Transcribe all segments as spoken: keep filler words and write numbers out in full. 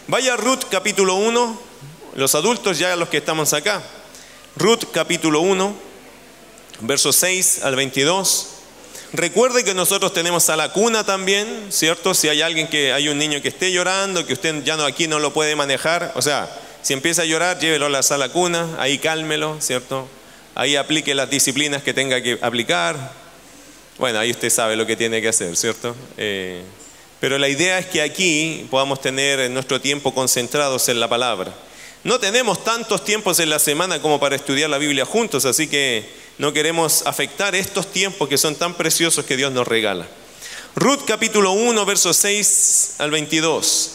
Vaya a Ruth capítulo uno, los adultos ya los que estamos acá. Ruth capítulo uno, versos seis al veintidós. Recuerde que nosotros tenemos a la cuna también, ¿cierto? Si hay alguien que, hay un niño que esté llorando, que usted ya no, aquí no lo puede manejar, o sea, si empieza a llorar, llévelo a la sala cuna, ahí cálmelo, ¿cierto? Ahí aplique las disciplinas que tenga que aplicar. Bueno, ahí usted sabe lo que tiene que hacer, ¿cierto? Eh, pero la idea es que aquí podamos tener nuestro tiempo concentrados en la palabra. No tenemos tantos tiempos en la semana como para estudiar la Biblia juntos, así que no queremos afectar estos tiempos que son tan preciosos que Dios nos regala. Ruth capítulo uno, versos seis al veintidós.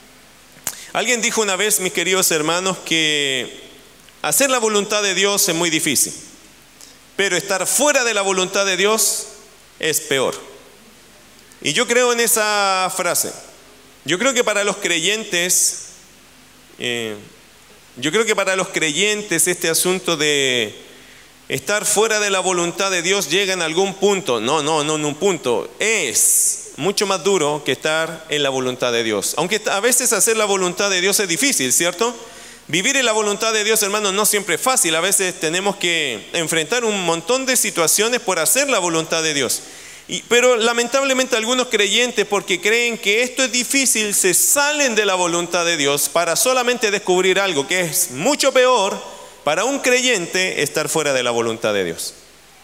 Alguien dijo una vez, mis queridos hermanos, que hacer la voluntad de Dios es muy difícil, pero estar fuera de la voluntad de Dios es peor. Y yo creo en esa frase. Yo creo que para los creyentes, eh, yo creo que para los creyentes este asunto de estar fuera de la voluntad de Dios llega en algún punto, no, no, no en un punto, es mucho más duro que estar en la voluntad de Dios. Aunque a veces hacer la voluntad de Dios es difícil, ¿cierto? Vivir en la voluntad de Dios, hermanos, no siempre es fácil. A veces tenemos que enfrentar un montón de situaciones por hacer la voluntad de Dios. Y, pero lamentablemente algunos creyentes, porque creen que esto es difícil, se salen de la voluntad de Dios para solamente descubrir algo que es mucho peor para un creyente: estar fuera de la voluntad de Dios.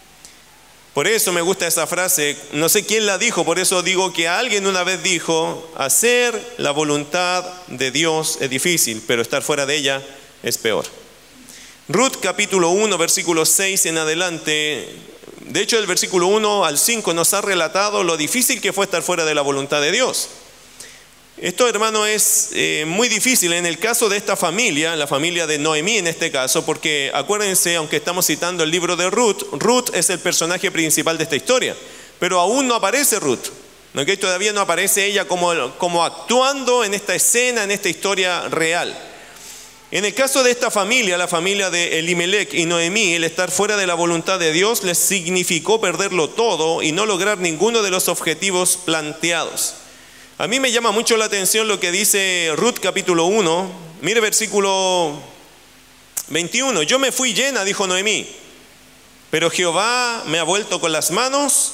Por eso me gusta esa frase, no sé quién la dijo, por eso digo que alguien una vez dijo: hacer la voluntad de Dios es difícil, pero estar fuera de ella es peor. Ruth capítulo uno, versículo seis en adelante. De hecho, el versículo uno al cinco nos ha relatado lo difícil que fue estar fuera de la voluntad de Dios. Esto, hermano, es eh, muy difícil en el caso de esta familia, la familia de Noemí en este caso, porque acuérdense, aunque estamos citando el libro de Ruth, Ruth es el personaje principal de esta historia, pero aún no aparece Ruth, ¿okay? Todavía no aparece ella como, como actuando en esta escena, en esta historia real. En el caso de esta familia, la familia de Elimelech y Noemí, el estar fuera de la voluntad de Dios les significó perderlo todo y no lograr ninguno de los objetivos planteados. A mí me llama mucho la atención lo que dice Ruth capítulo uno. Mire versículo veintiuno. Yo me fui llena, dijo Noemí, pero Jehová me ha vuelto con las manos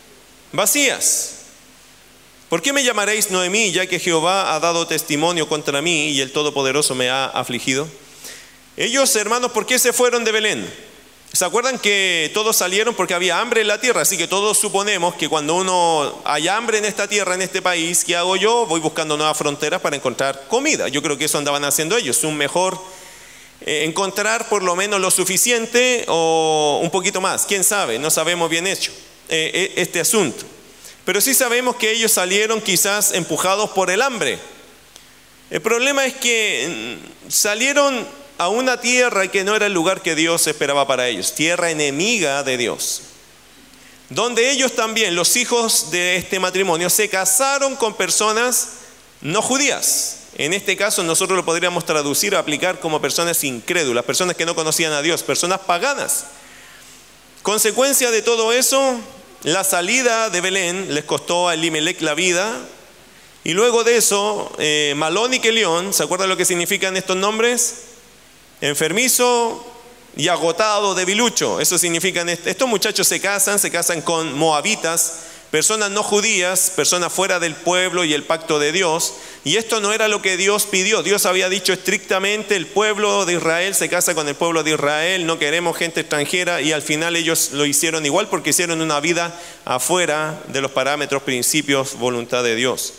vacías. ¿Por qué me llamaréis Noemí, ya que Jehová ha dado testimonio contra mí y el Todopoderoso me ha afligido? Ellos, hermanos, ¿por qué se fueron de Belén? ¿Se acuerdan que todos salieron porque había hambre en la tierra? Así que todos suponemos que cuando uno hay hambre en esta tierra, en este país, ¿qué hago yo? Voy buscando nuevas fronteras para encontrar comida. Yo creo que eso andaban haciendo ellos. Un mejor eh, encontrar por lo menos lo suficiente o un poquito más. ¿Quién sabe? No sabemos bien hecho eh, este asunto. Pero sí sabemos que ellos salieron quizás empujados por el hambre. El problema es que salieron a una tierra que no era el lugar que Dios esperaba para ellos, tierra enemiga de Dios, donde ellos también, los hijos de este matrimonio, se casaron con personas no judías. En este caso nosotros lo podríamos traducir o aplicar como personas incrédulas, personas que no conocían a Dios, personas paganas. Consecuencia de todo eso, la salida de Belén les costó a Elimelech la vida. Y luego de eso, eh, Malón y Kelión, ¿se acuerdan lo que significan estos nombres? Enfermizo y agotado, debilucho. Eso significan, estos muchachos se casan, se casan con moabitas, personas no judías, personas fuera del pueblo y el pacto de Dios. Y esto no era lo que Dios pidió. Dios había dicho estrictamente: el pueblo de Israel se casa con el pueblo de Israel, no queremos gente extranjera. Y al final ellos lo hicieron igual porque hicieron una vida afuera de los parámetros, principios, voluntad de Dios.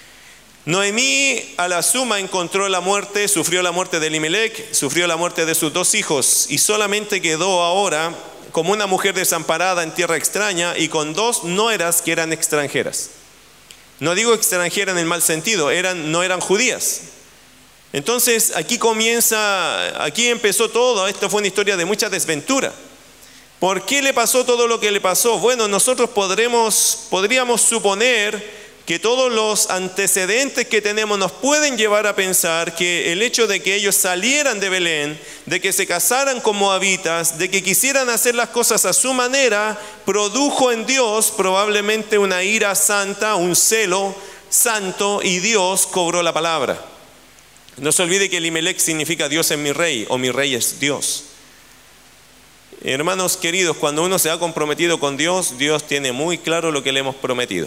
Noemí a la suma encontró la muerte, sufrió la muerte de Elimelech, sufrió la muerte de sus dos hijos y solamente quedó ahora como una mujer desamparada en tierra extraña y con dos nueras que eran extranjeras. No digo extranjera en el mal sentido, eran, no eran judías. Entonces aquí comienza, aquí empezó todo. Esto fue una historia de mucha desventura. ¿Por qué le pasó todo lo que le pasó? Bueno, nosotros podremos, podríamos suponer que todos los antecedentes que tenemos nos pueden llevar a pensar que el hecho de que ellos salieran de Belén, de que se casaran con moabitas, de que quisieran hacer las cosas a su manera, produjo en Dios probablemente una ira santa, un celo santo, y Dios cobró la palabra. No se olvide que Elimelec significa Dios es mi rey o mi rey es Dios. Hermanos queridos, cuando uno se ha comprometido con Dios, Dios tiene muy claro lo que le hemos prometido.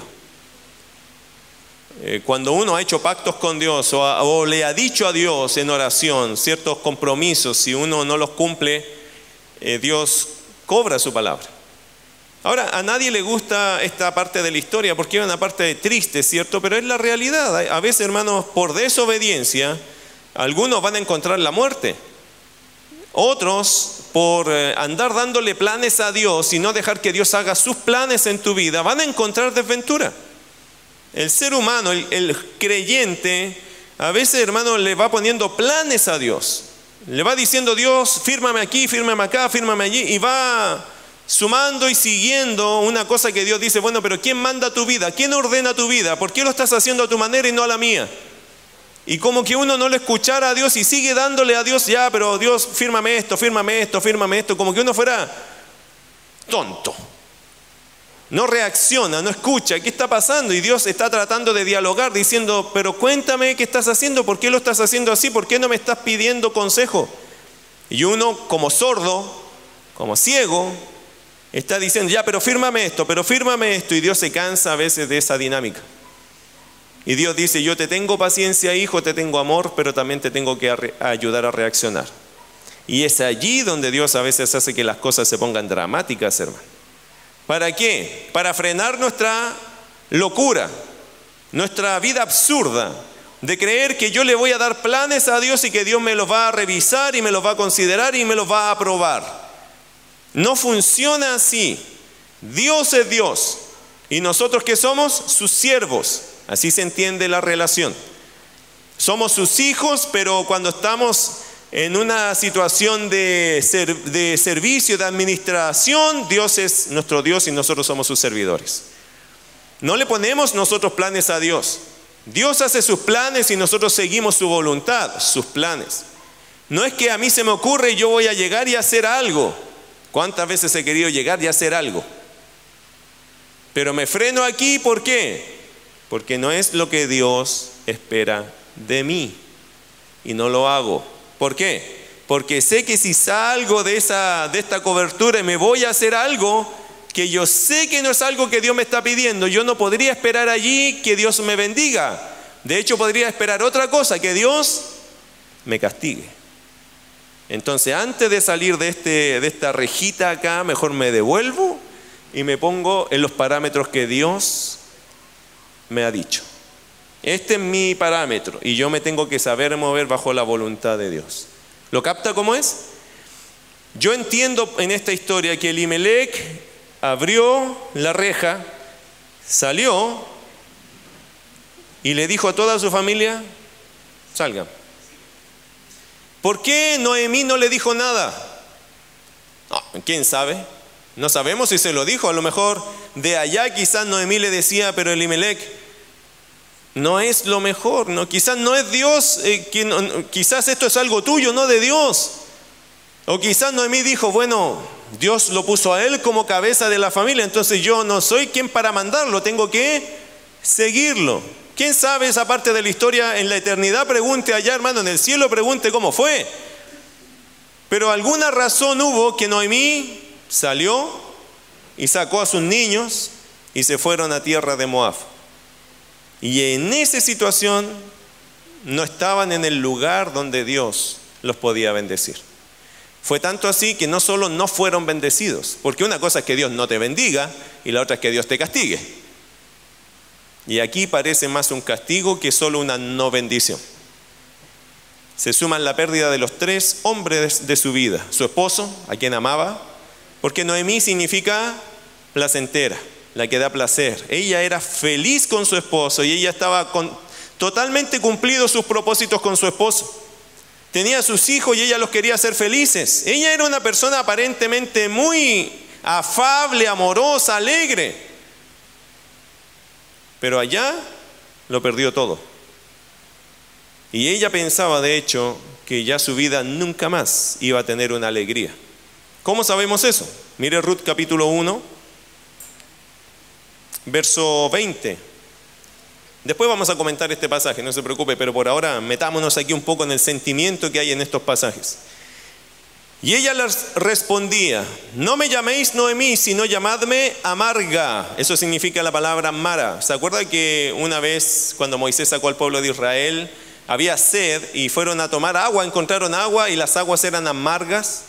Eh, cuando uno ha hecho pactos con Dios o, a, o le ha dicho a Dios en oración ciertos compromisos, si uno no los cumple, eh, Dios cobra su palabra. Ahora, a nadie le gusta esta parte de la historia porque es una parte triste, ¿cierto? Pero es la realidad. A veces, hermanos, por desobediencia, algunos van a encontrar la muerte. Otros, por andar dándole planes a Dios y no dejar que Dios haga sus planes en tu vida, van a encontrar desventura. El ser humano, el, el creyente, a veces, hermano, le va poniendo planes a Dios. Le va diciendo, Dios, fírmame aquí, fírmame acá, fírmame allí, y va sumando y siguiendo una cosa que Dios dice, bueno, pero ¿quién manda tu vida? ¿Quién ordena tu vida? ¿Por qué lo estás haciendo a tu manera y no a la mía? Y como que uno no le escuchara a Dios y sigue dándole a Dios, ya, pero Dios, fírmame esto, fírmame esto, fírmame esto, como que uno fuera tonto. No reacciona, no escucha, ¿qué está pasando? Y Dios está tratando de dialogar diciendo, pero cuéntame qué estás haciendo, ¿por qué lo estás haciendo así? ¿Por qué no me estás pidiendo consejo? Y uno como sordo, como ciego, está diciendo, ya, pero fírmame esto, pero fírmame esto. Y Dios se cansa a veces de esa dinámica. Y Dios dice, yo te tengo paciencia, hijo, te tengo amor, pero también te tengo que arre- ayudar a reaccionar. Y es allí donde Dios a veces hace que las cosas se pongan dramáticas, hermano. ¿Para qué? Para frenar nuestra locura, nuestra vida absurda, de creer que yo le voy a dar planes a Dios y que Dios me los va a revisar y me los va a considerar y me los va a aprobar. No funciona así. Dios es Dios. ¿Y nosotros qué somos? Sus siervos. Así se entiende la relación. Somos sus hijos, pero cuando estamos en una situación de, ser, de servicio, de administración, Dios es nuestro Dios y nosotros somos sus servidores. No le ponemos nosotros planes a Dios. Dios hace sus planes y nosotros seguimos su voluntad, sus planes. No es que a mí se me ocurre y yo voy a llegar y hacer algo. ¿Cuántas veces he querido llegar y hacer algo? Pero me freno aquí, ¿por qué? Porque no es lo que Dios espera de mí y no lo hago. ¿Por qué? Porque sé que si salgo de, esa, de esta cobertura y me voy a hacer algo que yo sé que no es algo que Dios me está pidiendo, yo no podría esperar allí que Dios me bendiga. De hecho, podría esperar otra cosa, que Dios me castigue. Entonces, antes de salir de, este, de esta rejita acá, mejor me devuelvo y me pongo en los parámetros que Dios me ha dicho. Este es mi parámetro y yo me tengo que saber mover bajo la voluntad de Dios. ¿Lo capta cómo es? Yo entiendo en esta historia que Elimelec abrió la reja, salió y le dijo a toda su familia, salgan. ¿Por qué Noemí no le dijo nada? No, ¿quién sabe? No sabemos si se lo dijo. A lo mejor de allá quizás Noemí le decía, pero Elimelec no es lo mejor, ¿no? Quizás no es Dios, eh, que no, quizás esto es algo tuyo, no de Dios. O quizás Noemí dijo, bueno, Dios lo puso a él como cabeza de la familia, entonces yo no soy quien para mandarlo, tengo que seguirlo. ¿Quién sabe esa parte de la historia? En la eternidad pregunte allá, hermano, en el cielo pregunte cómo fue. Pero alguna razón hubo que Noemí salió y sacó a sus niños y se fueron a tierra de Moab. Y en esa situación no estaban en el lugar donde Dios los podía bendecir. Fue tanto así que no solo no fueron bendecidos, porque una cosa es que Dios no te bendiga y la otra es que Dios te castigue. Y aquí parece más un castigo que solo una no bendición. Se suman la pérdida de los tres hombres de su vida. Su esposo, a quien amaba, porque Noemí significa placentera, la que da placer. Ella era feliz con su esposo y ella estaba con, totalmente cumplido sus propósitos con su esposo. Tenía sus hijos y ella los quería hacer felices. Ella era una persona aparentemente muy afable, amorosa, alegre. Pero allá lo perdió todo. Y ella pensaba, de hecho, que ya su vida nunca más iba a tener una alegría. ¿Cómo sabemos eso? Mire Ruth capítulo uno, verso veinte. Después vamos a comentar este pasaje, no se preocupe, pero por ahora metámonos aquí un poco en el sentimiento que hay en estos pasajes. Y ella les respondía: no me llaméis Noemí, sino llamadme Amarga. Eso significa la palabra Mara. ¿Se acuerda que una vez cuando Moisés sacó al pueblo de Israel, había sed y fueron a tomar agua, encontraron agua y las aguas eran amargas?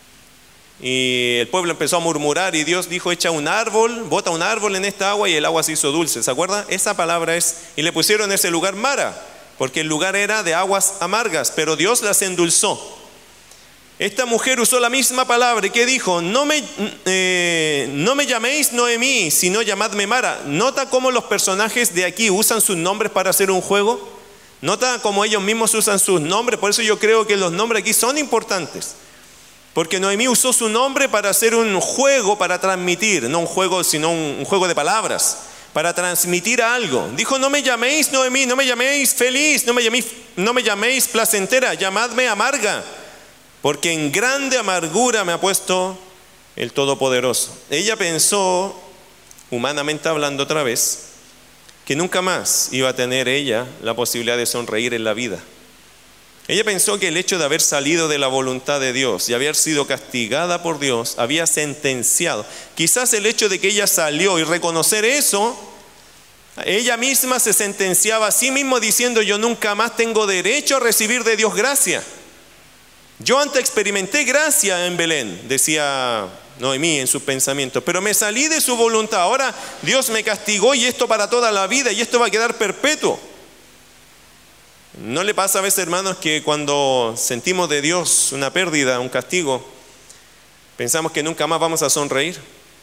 Y el pueblo empezó a murmurar y Dios dijo: echa un árbol, bota un árbol en esta agua y el agua se hizo dulce. ¿Se acuerda? Esa palabra es, y le pusieron ese lugar Mara, porque el lugar era de aguas amargas, pero Dios las endulzó. Esta mujer usó la misma palabra. ¿Y qué dijo? No me, eh, no me llaméis Noemí, sino llamadme Mara. ¿Nota cómo los personajes de aquí usan sus nombres para hacer un juego? ¿Nota cómo ellos mismos usan sus nombres? Por eso yo creo que los nombres aquí son importantes. Porque Noemí usó su nombre para hacer un juego, para transmitir, no un juego, sino un, un juego de palabras, para transmitir algo. Dijo: no me llaméis Noemí, no me llaméis feliz, no me llaméis, no me llaméis placentera, llamadme amarga, porque en grande amargura me ha puesto el Todopoderoso. Ella pensó, humanamente hablando otra vez, que nunca más iba a tener ella la posibilidad de sonreír en la vida. Ella pensó que el hecho de haber salido de la voluntad de Dios y haber sido castigada por Dios había sentenciado. Quizás el hecho de que ella salió y reconocer eso, ella misma se sentenciaba a sí misma diciendo: yo nunca más tengo derecho a recibir de Dios gracia. Yo antes experimenté gracia en Belén, decía Noemí en sus pensamientos, pero me salí de su voluntad. Ahora Dios me castigó y esto para toda la vida, y esto va a quedar perpetuo. ¿No le pasa a veces, hermanos, que cuando sentimos de Dios una pérdida, un castigo, pensamos que nunca más vamos a sonreír?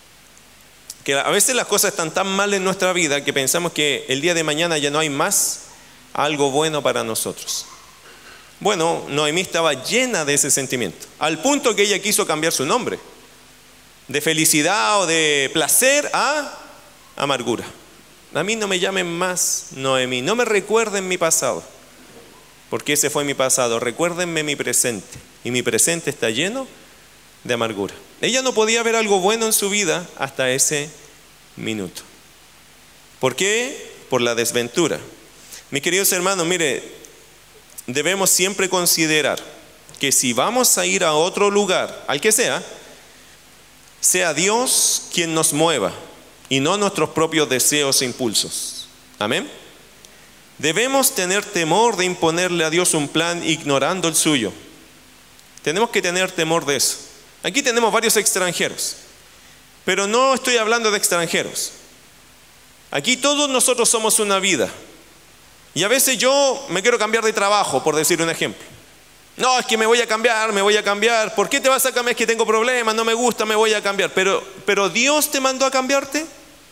Que a veces las cosas están tan mal en nuestra vida que pensamos que el día de mañana ya no hay más algo bueno para nosotros. Bueno, Noemí estaba llena de ese sentimiento, al punto que ella quiso cambiar su nombre, de felicidad o de placer a amargura. A mí no me llamen más Noemí, no me recuerden mi pasado, porque ese fue mi pasado. Recuérdenme mi presente, y mi presente está lleno de amargura. Ella no podía ver algo bueno en su vida hasta ese minuto. ¿Por qué? Por la desventura. Mis queridos hermanos, mire, debemos siempre considerar que si vamos a ir a otro lugar, al que sea, sea Dios quien nos mueva y no nuestros propios deseos e impulsos. Amén. Debemos tener temor de imponerle a Dios un plan ignorando el suyo. Tenemos que tener temor de eso. Aquí tenemos varios extranjeros, pero no estoy hablando de extranjeros. Aquí todos nosotros somos una vida. Y a veces yo me quiero cambiar de trabajo, por decir un ejemplo. No, es que me voy a cambiar, me voy a cambiar. ¿Por qué te vas a cambiar? Es que tengo problemas, no me gusta, me voy a cambiar. Pero, pero Dios te mandó a cambiarte.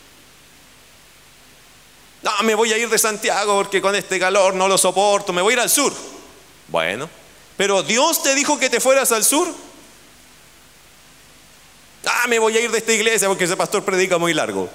No, me voy a ir de Santiago porque con este calor no lo soporto, me voy a ir al sur. Bueno, pero Dios te dijo que te fueras al sur. Ah, me voy a ir de esta iglesia porque ese pastor predica muy largo.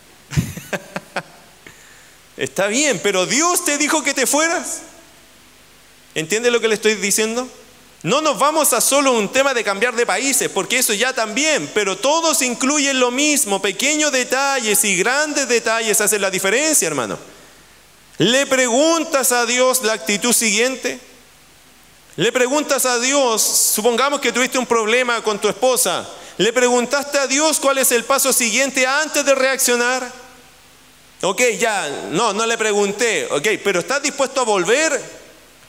Está bien, pero Dios te dijo que te fueras. ¿Entiende lo que le estoy diciendo? No nos vamos a solo un tema de cambiar de países, porque eso ya también, pero todos incluyen lo mismo. Pequeños detalles y grandes detalles hacen la diferencia, hermano. Le preguntas a Dios la actitud siguiente. Le preguntas a Dios, supongamos que tuviste un problema con tu esposa. Le preguntaste a Dios cuál es el paso siguiente antes de reaccionar. Ok, ya, no, no le pregunté. Ok, pero ¿estás dispuesto a volver?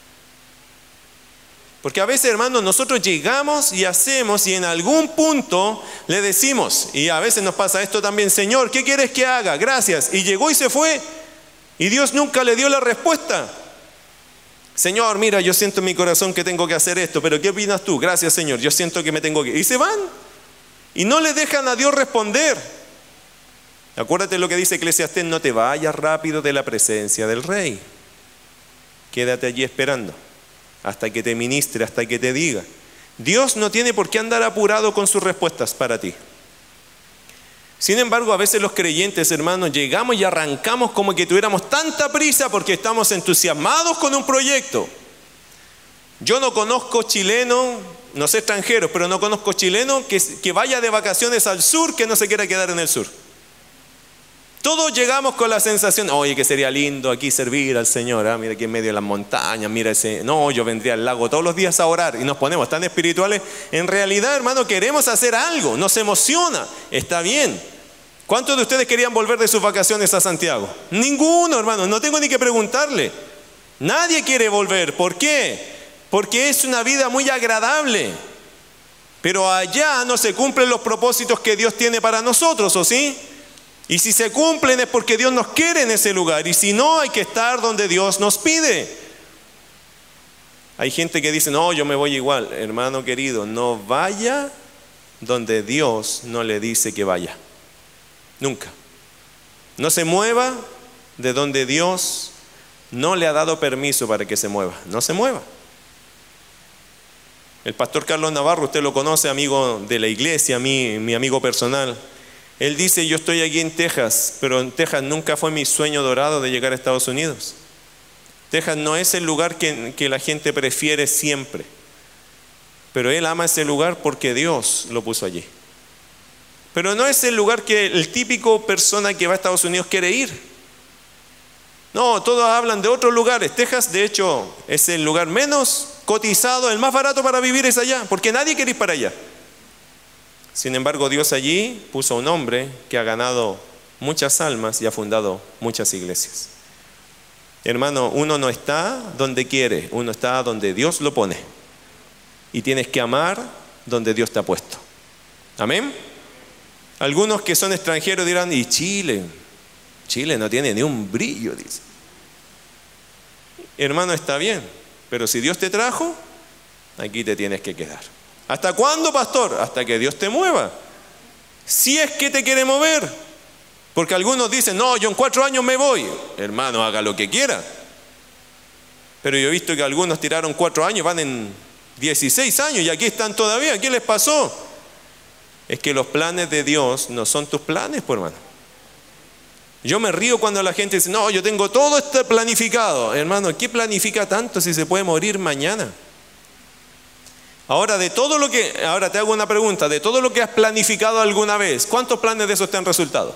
Porque a veces, hermanos, nosotros llegamos y hacemos y en algún punto le decimos, y a veces nos pasa esto también: Señor, ¿qué quieres que haga? Gracias. Y llegó y se fue. Y Dios nunca le dio la respuesta. Señor, mira, yo siento en mi corazón que tengo que hacer esto, pero ¿qué opinas tú? Gracias, Señor, yo siento que me tengo que ir. Y se van. Y no le dejan a Dios responder. Acuérdate lo que dice Eclesiastés: no te vayas rápido de la presencia del Rey. Quédate allí esperando hasta que te ministre, hasta que te diga. Dios no tiene por qué andar apurado con sus respuestas para ti. Sin embargo, a veces los creyentes, hermanos, llegamos y arrancamos como que tuviéramos tanta prisa porque estamos entusiasmados con un proyecto. Yo no conozco chileno, no sé extranjeros, pero no conozco chileno que, que vaya de vacaciones al sur que no se quiera quedar en el sur. Todos llegamos con la sensación, oye, que sería lindo aquí servir al Señor, ¿eh? Mira aquí en medio de las montañas, mira ese, no, yo vendría al lago todos los días a orar, y nos ponemos tan espirituales. En realidad, hermano, queremos hacer algo, nos emociona, está bien. ¿Cuántos de ustedes querían volver de sus vacaciones a Santiago? Ninguno, hermano, no tengo ni que preguntarle. Nadie quiere volver, ¿por qué? Porque es una vida muy agradable, pero allá no se cumplen los propósitos que Dios tiene para nosotros, ¿o sí? Y si se cumplen es porque Dios nos quiere en ese lugar. Y si no, hay que estar donde Dios nos pide. Hay gente que dice, no, yo me voy igual. Hermano querido, no vaya donde Dios no le dice que vaya. Nunca. No se mueva de donde Dios no le ha dado permiso para que se mueva. No se mueva. El pastor Carlos Navarro, usted lo conoce, amigo de la iglesia, mi, mi amigo personal. Él dice, yo estoy aquí en Texas, pero en Texas nunca fue mi sueño dorado de llegar a Estados Unidos. Texas no es el lugar que, que la gente prefiere siempre, pero él ama ese lugar porque Dios lo puso allí. Pero no es el lugar que el típico persona que va a Estados Unidos quiere ir. No, todos hablan de otros lugares. Texas, de hecho, es el lugar menos cotizado, el más barato para vivir es allá, porque nadie quiere ir para allá. Sin embargo, Dios allí puso a un hombre que ha ganado muchas almas y ha fundado muchas iglesias. Hermano, uno no está donde quiere, uno está donde Dios lo pone. Y tienes que amar donde Dios te ha puesto. ¿Amén? Algunos que son extranjeros dirán, ¿y Chile? Chile no tiene ni un brillo, dice. Hermano, está bien, pero si Dios te trajo, aquí te tienes que quedar. ¿Hasta cuándo, pastor? Hasta que Dios te mueva. Si es que te quiere mover. Porque algunos dicen, no, yo en cuatro años me voy. Hermano, haga lo que quiera. Pero yo he visto que algunos tiraron cuatro años, van en dieciséis años y aquí están todavía. ¿Qué les pasó? Es que los planes de Dios no son tus planes, pues, hermano. Yo me río cuando la gente dice, no, yo tengo todo esto planificado. Hermano, ¿qué planifica tanto si se puede morir mañana? Ahora, de todo lo que, ahora te hago una pregunta, de todo lo que has planificado alguna vez, ¿cuántos planes de esos te han resultado?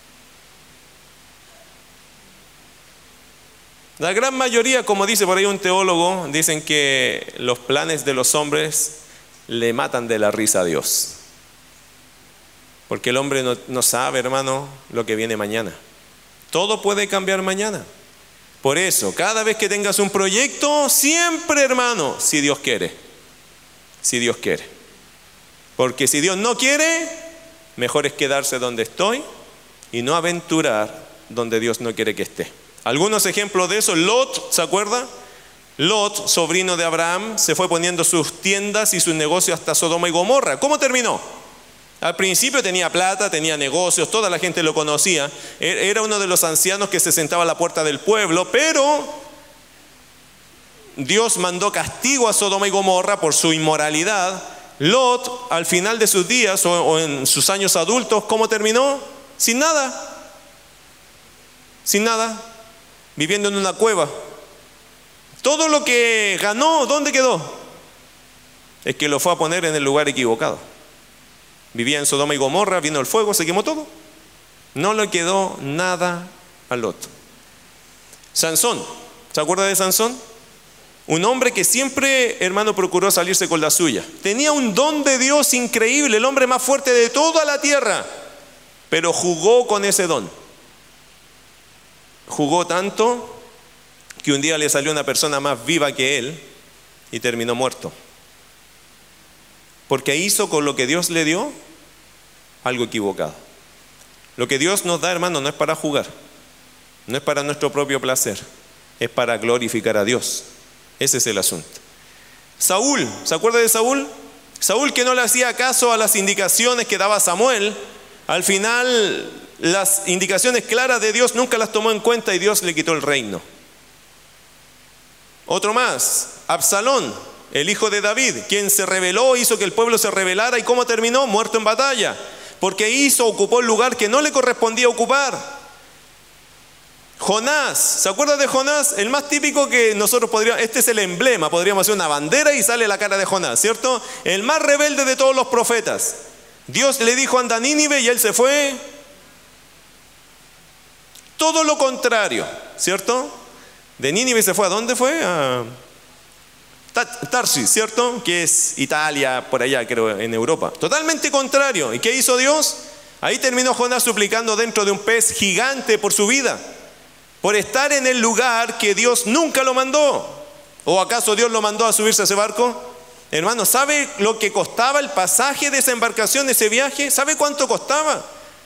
La gran mayoría, como dice por ahí un teólogo, dicen que los planes de los hombres le matan de la risa a Dios. Porque el hombre no, no sabe, hermano, lo que viene mañana. Todo puede cambiar mañana. Por eso, cada vez que tengas un proyecto, siempre, hermano, si Dios quiere. Si Dios quiere. Porque si Dios no quiere, mejor es quedarse donde estoy y no aventurar donde Dios no quiere que esté. Algunos ejemplos de eso, Lot, ¿se acuerda? Lot, sobrino de Abraham, se fue poniendo sus tiendas y sus negocios hasta Sodoma y Gomorra. ¿Cómo terminó? Al principio tenía plata, tenía negocios, toda la gente lo conocía. Era uno de los ancianos que se sentaba a la puerta del pueblo, pero Dios mandó castigo a Sodoma y Gomorra por su inmoralidad. Lot, al final de sus días o, o en sus años adultos, ¿cómo terminó? Sin nada. Sin nada. Viviendo en una cueva. Todo lo que ganó, ¿dónde quedó? Es que lo fue a poner en el lugar equivocado. Vivía en Sodoma y Gomorra, vino el fuego, se quemó todo. No le quedó nada a Lot. Sansón, ¿se acuerda de Sansón? Un hombre que siempre, hermano, procuró salirse con la suya. Tenía un don de Dios increíble, el hombre más fuerte de toda la tierra, pero jugó con ese don. Jugó tanto que un día le salió una persona más viva que él y terminó muerto. Porque hizo con lo que Dios le dio algo equivocado. Lo que Dios nos da, hermano, no es para jugar, no es para nuestro propio placer, es para glorificar a Dios. Ese es el asunto. Saúl, ¿se acuerda de Saúl? Saúl, que no le hacía caso a las indicaciones que daba Samuel, al final las indicaciones claras de Dios nunca las tomó en cuenta y Dios le quitó el reino. Otro más, Absalón, el hijo de David, quien se rebeló, hizo que el pueblo se rebelara. ¿Y cómo terminó? Muerto en batalla, porque hizo, ocupó el lugar que no le correspondía ocupar. Jonás, ¿se acuerda de Jonás? El más típico que nosotros podríamos, este es el emblema, podríamos hacer una bandera y sale la cara de Jonás, ¿cierto? El más rebelde de todos los profetas. Dios le dijo anda a Nínive y él se fue. Todo lo contrario, ¿cierto? De Nínive se fue, ¿a dónde fue? A Tarsis, ¿cierto? Que es Italia, por allá creo, en Europa. Totalmente contrario. ¿Y qué hizo Dios? Ahí terminó Jonás suplicando dentro de un pez gigante por su vida, por estar en el lugar que Dios nunca lo mandó. ¿O acaso Dios lo mandó a subirse a ese barco? Hermano, ¿sabe lo que costaba el pasaje de esa embarcación, de ese viaje? ¿Sabe cuánto costaba?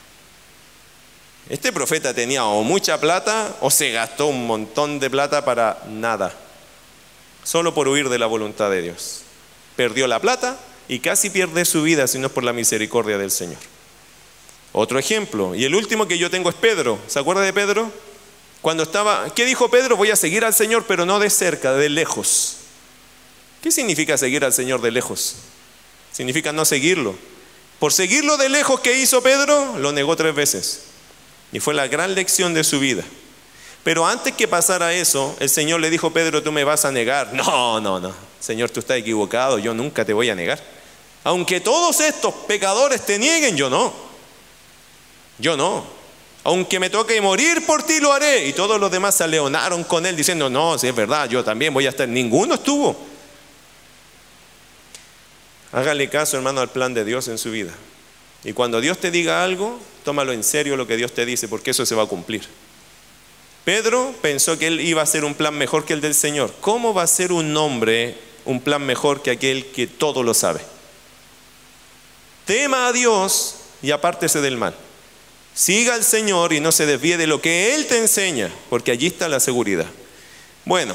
Este profeta tenía o mucha plata o se gastó un montón de plata para nada, solo por huir de la voluntad de Dios. Perdió la plata y casi pierde su vida si no es por la misericordia del Señor. Otro ejemplo, y el último que yo tengo es Pedro. ¿Se acuerda de Pedro? Cuando estaba, ¿qué dijo Pedro? Voy a seguir al Señor, pero no de cerca, de lejos. ¿Qué significa seguir al Señor de lejos? Significa no seguirlo. Por seguirlo de lejos, ¿qué hizo Pedro? Lo negó tres veces. Y fue la gran lección de su vida. Pero antes que pasara eso, el Señor le dijo: Pedro, tú me vas a negar. No, no, no. Señor, tú estás equivocado, yo nunca te voy a negar. Aunque todos estos pecadores te nieguen, yo no. Yo no. Aunque me toque morir por ti, lo haré. Y todos los demás se aleonaron con él diciendo: no, si es verdad, yo también voy a estar. Ninguno estuvo. Hágale caso, hermano, al plan de Dios en su vida. Y cuando Dios te diga algo, tómalo en serio lo que Dios te dice, porque eso se va a cumplir. Pedro pensó que él iba a hacer un plan mejor que el del Señor. ¿Cómo va a ser un hombre un plan mejor que aquel que todo lo sabe? Tema a Dios y apártese del mal. Siga al Señor y no se desvíe de lo que Él te enseña, porque allí está la seguridad. Bueno,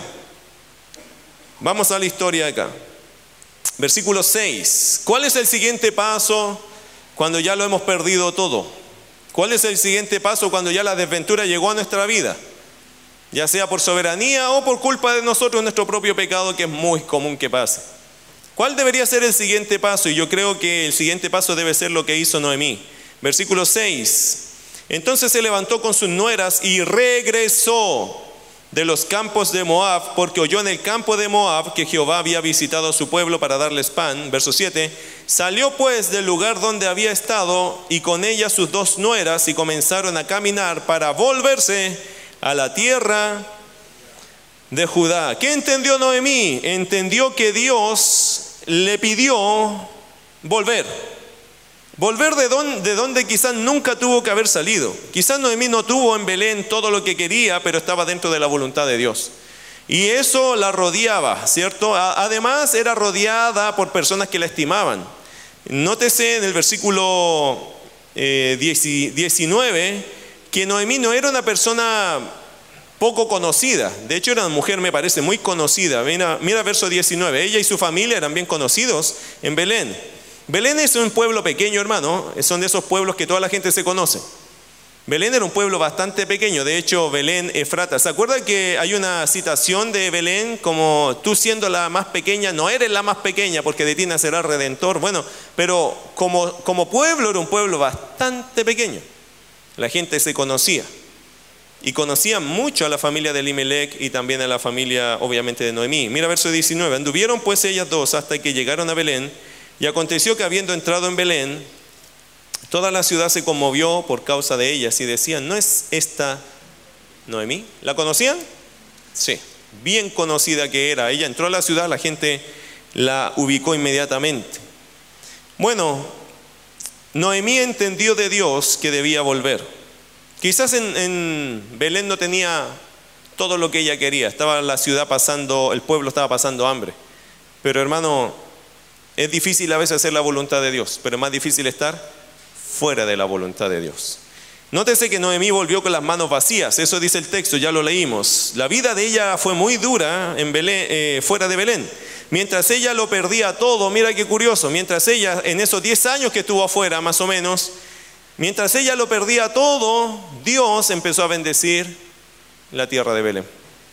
vamos a la historia acá. Versículo seis. ¿Cuál es el siguiente paso cuando ya lo hemos perdido todo? ¿Cuál es el siguiente paso cuando ya la desventura llegó a nuestra vida? Ya sea por soberanía o por culpa de nosotros, nuestro propio pecado, que es muy común que pase. ¿Cuál debería ser el siguiente paso? Y yo creo que el siguiente paso debe ser lo que hizo Noemí. Versículo seis. Entonces se levantó con sus nueras y regresó de los campos de Moab, porque oyó en el campo de Moab que Jehová había visitado a su pueblo para darles pan. Verso siete. Salió pues del lugar donde había estado y con ella sus dos nueras y comenzaron a caminar para volverse a la tierra de Judá. ¿Qué entendió Noemí? Entendió que Dios le pidió volver. Volver de donde, de donde quizás nunca tuvo que haber salido. Quizás Noemí no tuvo en Belén todo lo que quería, pero estaba dentro de la voluntad de Dios. Y eso la rodeaba, ¿cierto? Además era rodeada por personas que la estimaban. Nótese en el versículo eh, diecinueve que Noemí no era una persona poco conocida. De hecho era una mujer, me parece, muy conocida. Mira, mira verso diecinueve. Ella y su familia eran bien conocidos en Belén. Belén es un pueblo pequeño, hermano. Son de esos pueblos que toda la gente se conoce. Belén era un pueblo bastante pequeño. De hecho, Belén, Efrata. ¿Se acuerda que hay una citación de Belén como tú siendo la más pequeña? No eres la más pequeña porque de ti nacerá el Redentor. Bueno, pero como, como pueblo era un pueblo bastante pequeño. La gente se conocía. Y conocían mucho a la familia de Elimelech y también a la familia, obviamente, de Noemí. Mira verso diecinueve. Anduvieron pues ellas dos hasta que llegaron a Belén. Y aconteció que habiendo entrado en Belén, toda la ciudad se conmovió por causa de ellas y decían: ¿no es esta Noemí? ¿La conocían? Sí, bien conocida que era. Ella entró a la ciudad, la gente la ubicó inmediatamente. Bueno, Noemí entendió de Dios que debía volver. Quizás en, en Belén no tenía todo lo que ella quería. Estaba la ciudad pasando, el pueblo estaba pasando hambre. Pero hermano, es difícil a veces hacer la voluntad de Dios, pero es más difícil estar fuera de la voluntad de Dios. Nótese que Noemí volvió con las manos vacías, eso dice el texto, ya lo leímos. La vida de ella fue muy dura en Belén, eh, fuera de Belén. Mientras ella lo perdía todo, mira qué curioso, mientras ella en esos diez años que estuvo afuera más o menos, mientras ella lo perdía todo, Dios empezó a bendecir la tierra de Belén.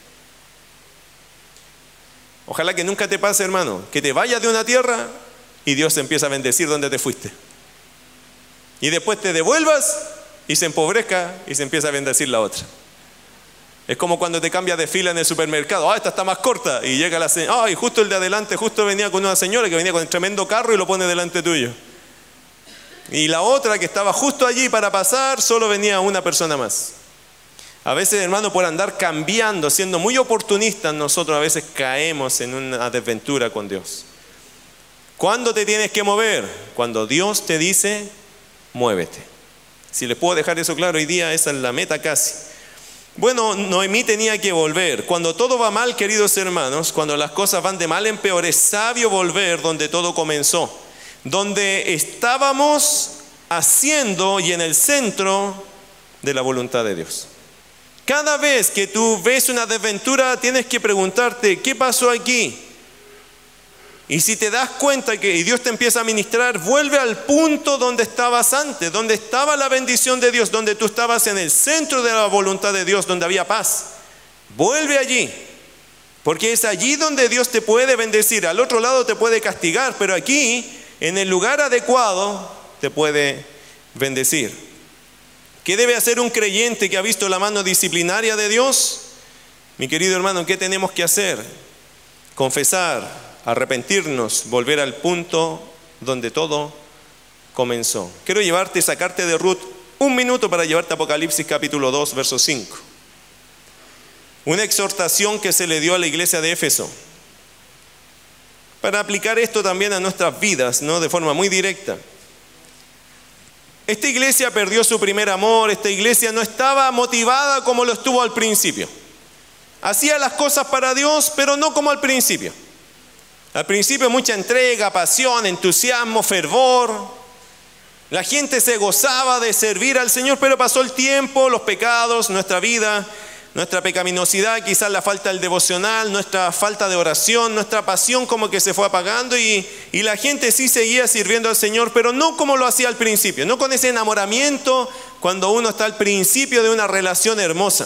Ojalá que nunca te pase, hermano, que te vayas de una tierra y Dios te empieza a bendecir donde te fuiste. Y después te devuelvas y se empobrezca y se empieza a bendecir la otra. Es como cuando te cambias de fila en el supermercado. Ah, esta está más corta. Y llega la señora. Ah, y justo el de adelante, justo venía con una señora que venía con el tremendo carro y lo pone delante tuyo. Y la otra que estaba justo allí para pasar, solo venía una persona más. A veces, hermano, por andar cambiando, siendo muy oportunistas, nosotros a veces caemos en una desventura con Dios. ¿Cuándo te tienes que mover? Cuando Dios te dice, muévete. Si les puedo dejar eso claro, hoy día esa es la meta casi. Bueno, Noemí tenía que volver. Cuando todo va mal, queridos hermanos, cuando las cosas van de mal en peor, es sabio volver donde todo comenzó. Donde estábamos haciendo y en el centro de la voluntad de Dios. Cada vez que tú ves una desventura, tienes que preguntarte, ¿qué pasó aquí? Y si te das cuenta que y Dios te empieza a ministrar, vuelve al punto donde estabas antes, donde estaba la bendición de Dios, donde tú estabas en el centro de la voluntad de Dios, donde había paz. Vuelve allí, porque es allí donde Dios te puede bendecir. Al otro lado te puede castigar, pero aquí, en el lugar adecuado, te puede bendecir. ¿Qué debe hacer un creyente que ha visto la mano disciplinaria de Dios? Mi querido hermano, ¿qué tenemos que hacer? Confesar, arrepentirnos, volver al punto donde todo comenzó. Quiero llevarte, sacarte de Ruth un minuto para llevarte a Apocalipsis capítulo dos, verso cinco. Una exhortación que se le dio a la iglesia de Éfeso. Para aplicar esto también a nuestras vidas, ¿no? De forma muy directa. Esta iglesia perdió su primer amor, esta iglesia no estaba motivada como lo estuvo al principio. Hacía las cosas para Dios, pero no como al principio. Al principio mucha entrega, pasión, entusiasmo, fervor. La gente se gozaba de servir al Señor, pero pasó el tiempo, los pecados, nuestra vida, nuestra pecaminosidad, quizás la falta del devocional, nuestra falta de oración, nuestra pasión como que se fue apagando y, y la gente sí seguía sirviendo al Señor, pero no como lo hacía al principio, no con ese enamoramiento cuando uno está al principio de una relación hermosa.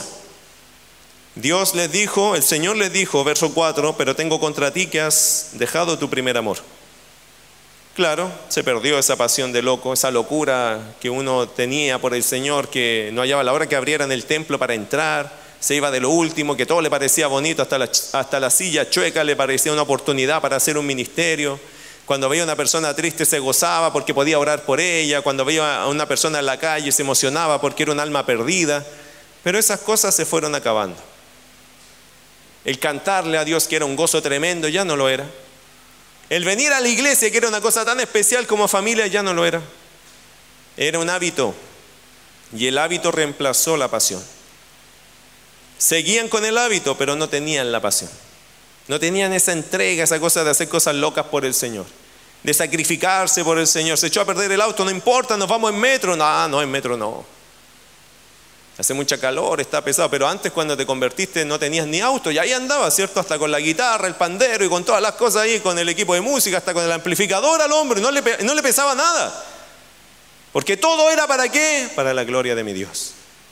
Dios les dijo, el Señor les dijo, verso cuatro, pero tengo contra ti que has dejado tu primer amor. Claro, se perdió esa pasión de loco, esa locura que uno tenía por el Señor, que no hallaba la hora que abrieran el templo para entrar. Se iba de lo último, que todo le parecía bonito, hasta la, hasta la silla chueca le parecía una oportunidad para hacer un ministerio. Cuando veía a una persona triste se gozaba porque podía orar por ella. Cuando veía a una persona en la calle se emocionaba porque era un alma perdida. Pero esas cosas se fueron acabando. El cantarle a Dios, que era un gozo tremendo, ya no lo era. El venir a la iglesia, que era una cosa tan especial como familia, ya no lo era. Era un hábito. Y el hábito reemplazó la pasión. Seguían con el hábito, pero no tenían la pasión. No tenían esa entrega, esa cosa de hacer cosas locas por el Señor. De sacrificarse por el Señor. Se echó a perder el auto, no importa, nos vamos en metro. No, no, en metro no. Hace mucha calor, está pesado. Pero antes cuando te convertiste no tenías ni auto. Y ahí andabas, ¿cierto? Hasta con la guitarra, el pandero y con todas las cosas ahí. Con el equipo de música, hasta con el amplificador al hombre. No le, no le pesaba nada. Porque todo era ¿para qué? Para la gloria de mi Dios.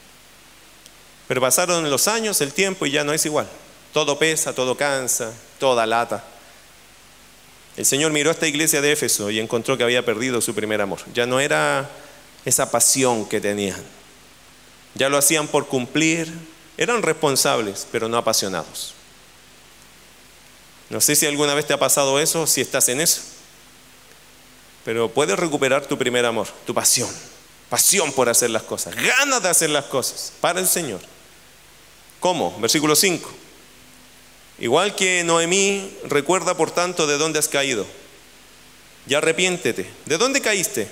Pero pasaron los años, el tiempo y ya no es igual. Todo pesa, todo cansa, toda lata. El Señor miró a esta iglesia de Éfeso y encontró que había perdido su primer amor. Ya no era esa pasión que tenían. Ya lo hacían por cumplir. Eran responsables, pero no apasionados. No sé si alguna vez te ha pasado eso, si estás en eso. Pero puedes recuperar tu primer amor, tu pasión. Pasión por hacer las cosas, ganas de hacer las cosas para el Señor. ¿Cómo? Versículo cinco. Igual que Noemí, recuerda por tanto de dónde has caído. Y arrepiéntete. ¿De dónde caíste?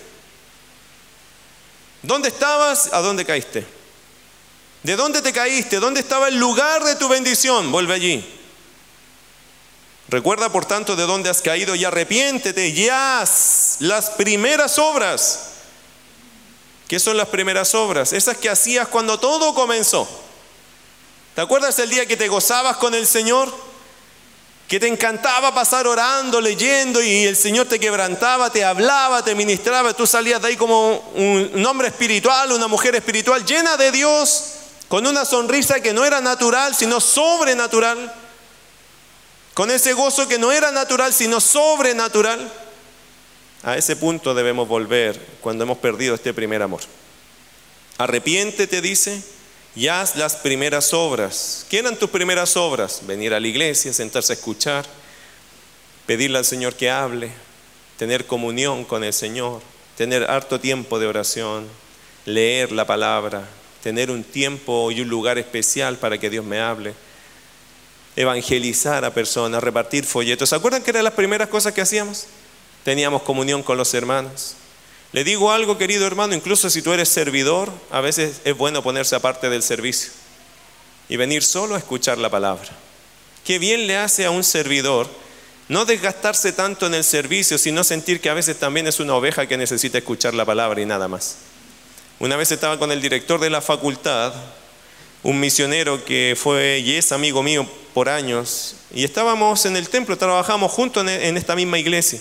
¿Dónde estabas? ¿A dónde caíste? ¿De dónde te caíste? ¿Dónde estaba el lugar de tu bendición? Vuelve allí. Recuerda por tanto de dónde has caído y arrepiéntete y haz las primeras obras. ¿Qué son las primeras obras? Esas que hacías cuando todo comenzó. ¿Te acuerdas el día que te gozabas con el Señor? Que te encantaba pasar orando, leyendo y el Señor te quebrantaba, te hablaba, te ministraba. Tú salías de ahí como un hombre espiritual, una mujer espiritual llena de Dios, con una sonrisa que no era natural, sino sobrenatural. Con ese gozo que no era natural, sino sobrenatural. A ese punto debemos volver cuando hemos perdido este primer amor. Arrepiéntete, dice, y haz las primeras obras. ¿Qué eran tus primeras obras? Venir a la iglesia, sentarse a escuchar, pedirle al Señor que hable, tener comunión con el Señor, tener harto tiempo de oración, leer la palabra, tener un tiempo y un lugar especial para que Dios me hable, evangelizar a personas, repartir folletos. ¿Se acuerdan que eran las primeras cosas que hacíamos? Teníamos comunión con los hermanos. Le digo algo, querido hermano, incluso si tú eres servidor, a veces es bueno ponerse aparte del servicio y venir solo a escuchar la palabra. Qué bien le hace a un servidor no desgastarse tanto en el servicio, sino sentir que a veces también es una oveja que necesita escuchar la palabra y nada más. Una vez estaba con el director de la facultad, un misionero que fue y es amigo mío por años, y estábamos en el templo, trabajamos juntos en esta misma iglesia.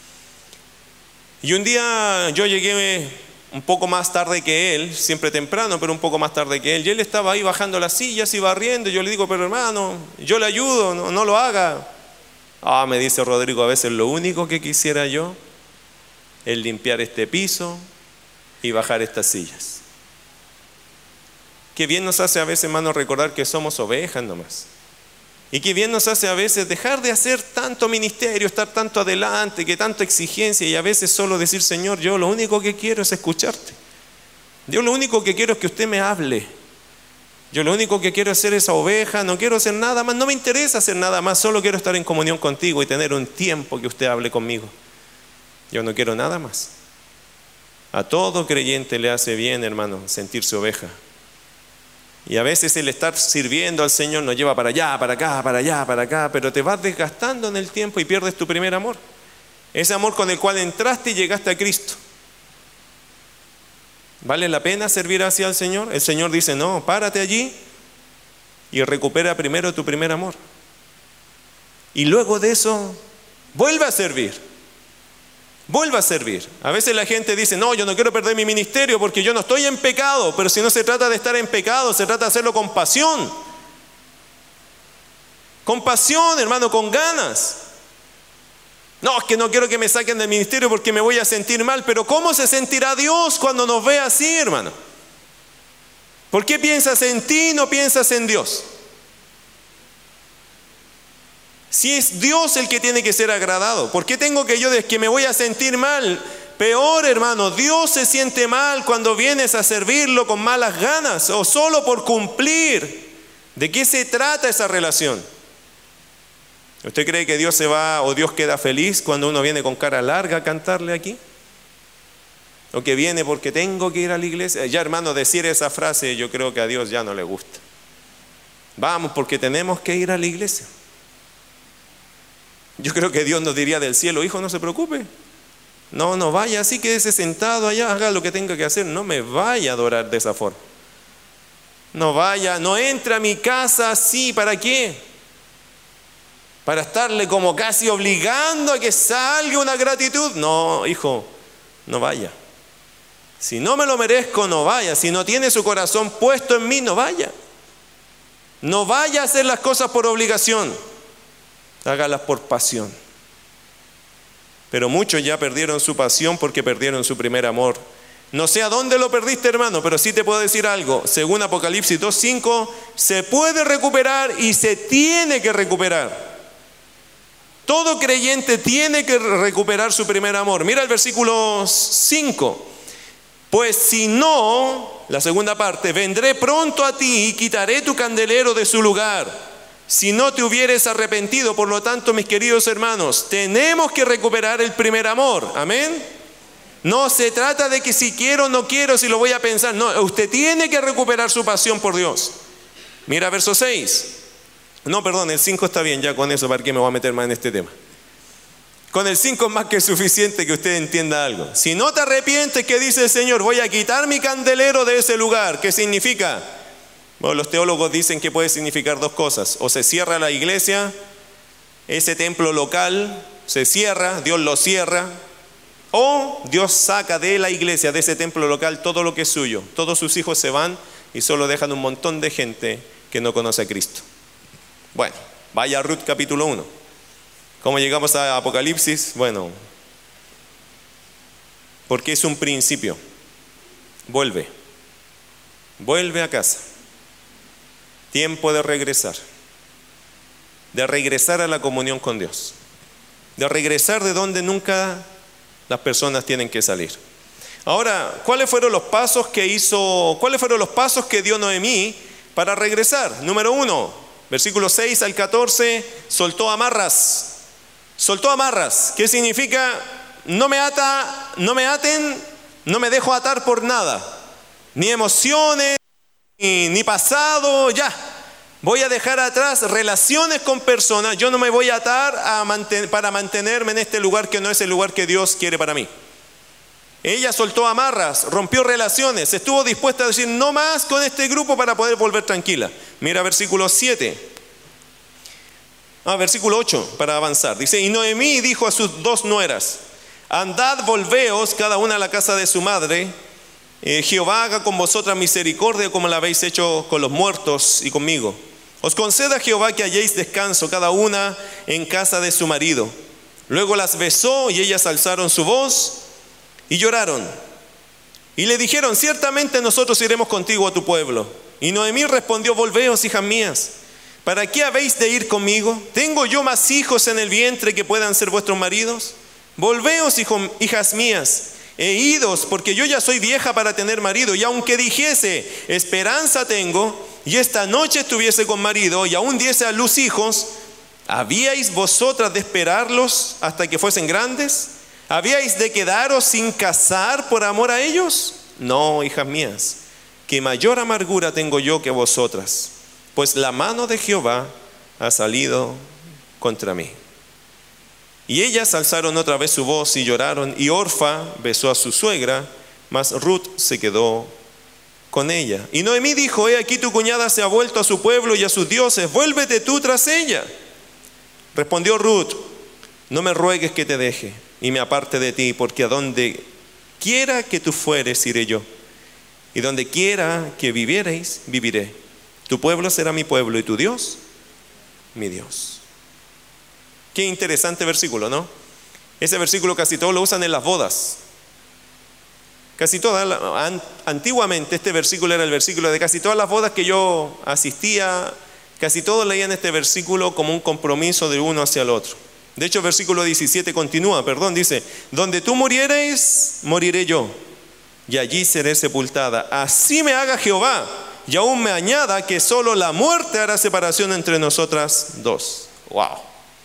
Y un día yo llegué un poco más tarde que él, siempre temprano, pero un poco más tarde que él, y él estaba ahí bajando las sillas y barriendo, y yo le digo, pero hermano, yo le ayudo, no, no lo haga. Ah, me dice Rodrigo, a veces lo único que quisiera yo es limpiar este piso y bajar estas sillas. Qué bien nos hace a veces, hermano, recordar que somos ovejas nomás. Y qué bien nos hace a veces dejar de hacer tanto ministerio, estar tanto adelante, que tanta exigencia, y a veces solo decir, Señor, yo lo único que quiero es escucharte. Yo lo único que quiero es que usted me hable. Yo lo único que quiero es ser esa oveja, no quiero hacer nada más, no me interesa hacer nada más, solo quiero estar en comunión contigo y tener un tiempo que usted hable conmigo. Yo no quiero nada más. A todo creyente le hace bien, hermano, sentirse oveja. Y a veces el estar sirviendo al Señor nos lleva para allá, para acá, para allá, para acá, pero te vas desgastando en el tiempo y pierdes tu primer amor. Ese amor con el cual entraste y llegaste a Cristo. ¿Vale la pena servir hacia el Señor? El Señor dice, no, párate allí y recupera primero tu primer amor. Y luego de eso, vuelve a servir. Vuelva a servir. A veces la gente dice, no, yo no quiero perder mi ministerio porque yo no estoy en pecado. Pero si no se trata de estar en pecado, se trata de hacerlo con pasión. Con pasión, hermano, con ganas. No, es que no quiero que me saquen del ministerio porque me voy a sentir mal. Pero ¿cómo se sentirá Dios cuando nos ve así, hermano? ¿Por qué piensas en ti y no piensas en Dios? Si es Dios el que tiene que ser agradado, ¿por qué tengo que yo decir que me voy a sentir mal? Peor, hermano, Dios se siente mal cuando vienes a servirlo con malas ganas o solo por cumplir. ¿De qué se trata esa relación? ¿Usted cree que Dios se va o Dios queda feliz cuando uno viene con cara larga a cantarle aquí? ¿O que viene porque tengo que ir a la iglesia? Ya, hermano, decir esa frase yo creo que a Dios ya no le gusta. Vamos porque tenemos que ir a la iglesia. Yo creo que Dios nos diría del cielo, hijo, no se preocupe. No, no vaya así, quédese sentado allá, haga lo que tenga que hacer. No me vaya a adorar de esa forma. No vaya, no entre a mi casa así, ¿para qué? Para estarle como casi obligando a que salga una gratitud. No, hijo, no vaya. Si no me lo merezco, no vaya. Si no tiene su corazón puesto en mí, no vaya. No vaya a hacer las cosas por obligación. Hágalas por pasión. Pero muchos ya perdieron su pasión porque perdieron su primer amor. No sé a dónde lo perdiste, hermano, pero sí te puedo decir algo. Según Apocalipsis dos cinco, se puede recuperar y se tiene que recuperar. Todo creyente tiene que recuperar su primer amor. Mira el versículo cinco. Pues si no, la segunda parte, vendré pronto a ti y quitaré tu candelero de su lugar. Si no te hubieres arrepentido, por lo tanto, mis queridos hermanos, tenemos que recuperar el primer amor. Amén. No se trata de que si quiero o no quiero, si lo voy a pensar. No, usted tiene que recuperar su pasión por Dios. Mira verso seis. No, perdón, el cinco está bien, ya con eso, ¿para qué me voy a meter más en este tema? Con el cinco es más que suficiente que usted entienda algo. Si no te arrepientes, ¿qué dice el Señor? Voy a quitar mi candelero de ese lugar. ¿Qué significa? Bueno, los teólogos dicen que puede significar dos cosas. O se cierra la iglesia, ese templo local se cierra, Dios lo cierra. O Dios saca de la iglesia, de ese templo local, todo lo que es suyo. Todos sus hijos se van y solo dejan un montón de gente que no conoce a Cristo. Bueno, vaya a Ruth capítulo uno. ¿Cómo llegamos a Apocalipsis? Bueno, porque es un principio. Vuelve. Vuelve a casa. Tiempo de regresar, de regresar a la comunión con Dios, de regresar de donde nunca las personas tienen que salir. Ahora, ¿cuáles fueron los pasos que hizo, cuáles fueron los pasos que dio Noemí para regresar? Número uno, versículos seis al catorce, soltó amarras. Soltó amarras. ¿Qué significa? No me ata, no me aten, no me dejo atar por nada. Ni emociones, ni, ni pasado, ya. Voy a dejar atrás relaciones con personas. Yo no me voy a atar a manten- para mantenerme en este lugar que no es el lugar que Dios quiere para mí. Ella soltó amarras, rompió relaciones, estuvo dispuesta a decir no más con este grupo para poder volver tranquila. Mira versículo siete. Ah, versículo ocho, para avanzar. Dice, y Noemí dijo a sus dos nueras, andad, volveos cada una a la casa de su madre. Eh, Jehová haga con vosotras misericordia como la habéis hecho con los muertos y conmigo. Os conceda Jehová que halléis descanso cada una en casa de su marido. Luego las besó y ellas alzaron su voz y lloraron. Y le dijeron, ciertamente nosotros iremos contigo a tu pueblo. Y Noemí respondió, volveos, hijas mías. ¿Para qué habéis de ir conmigo? ¿Tengo yo más hijos en el vientre que puedan ser vuestros maridos? Volveos, hijo, hijas mías, e idos, porque yo ya soy vieja para tener marido. Y aunque dijese, esperanza tengo, y esta noche estuviese con marido, y aún diese a luz hijos, ¿habíais vosotras de esperarlos hasta que fuesen grandes? ¿Habíais de quedaros sin casar por amor a ellos? No, hijas mías, que mayor amargura tengo yo que vosotras, pues la mano de Jehová ha salido contra mí. Y ellas alzaron otra vez su voz y lloraron, y Orfa besó a su suegra, mas Ruth se quedó con ella. Y Noemí dijo, he aquí tu cuñada se ha vuelto a su pueblo y a sus dioses, vuélvete tú tras ella. Respondió Ruth, no me ruegues que te deje y me aparte de ti, porque a donde quiera que tú fueres, iré yo, y donde quiera que viviereis, viviré. Tu pueblo será mi pueblo y tu Dios, mi Dios. Qué interesante versículo, ¿no? Ese versículo casi todos lo usan en las bodas. Casi todas, antiguamente este versículo era el versículo de casi todas las bodas que yo asistía. Casi todos leían este versículo como un compromiso de uno hacia el otro. De hecho, el versículo diecisiete continúa, perdón, dice, donde tú murieres, moriré yo, y allí seré sepultada. Así me haga Jehová, y aún me añada que solo la muerte hará separación entre nosotras dos. Wow.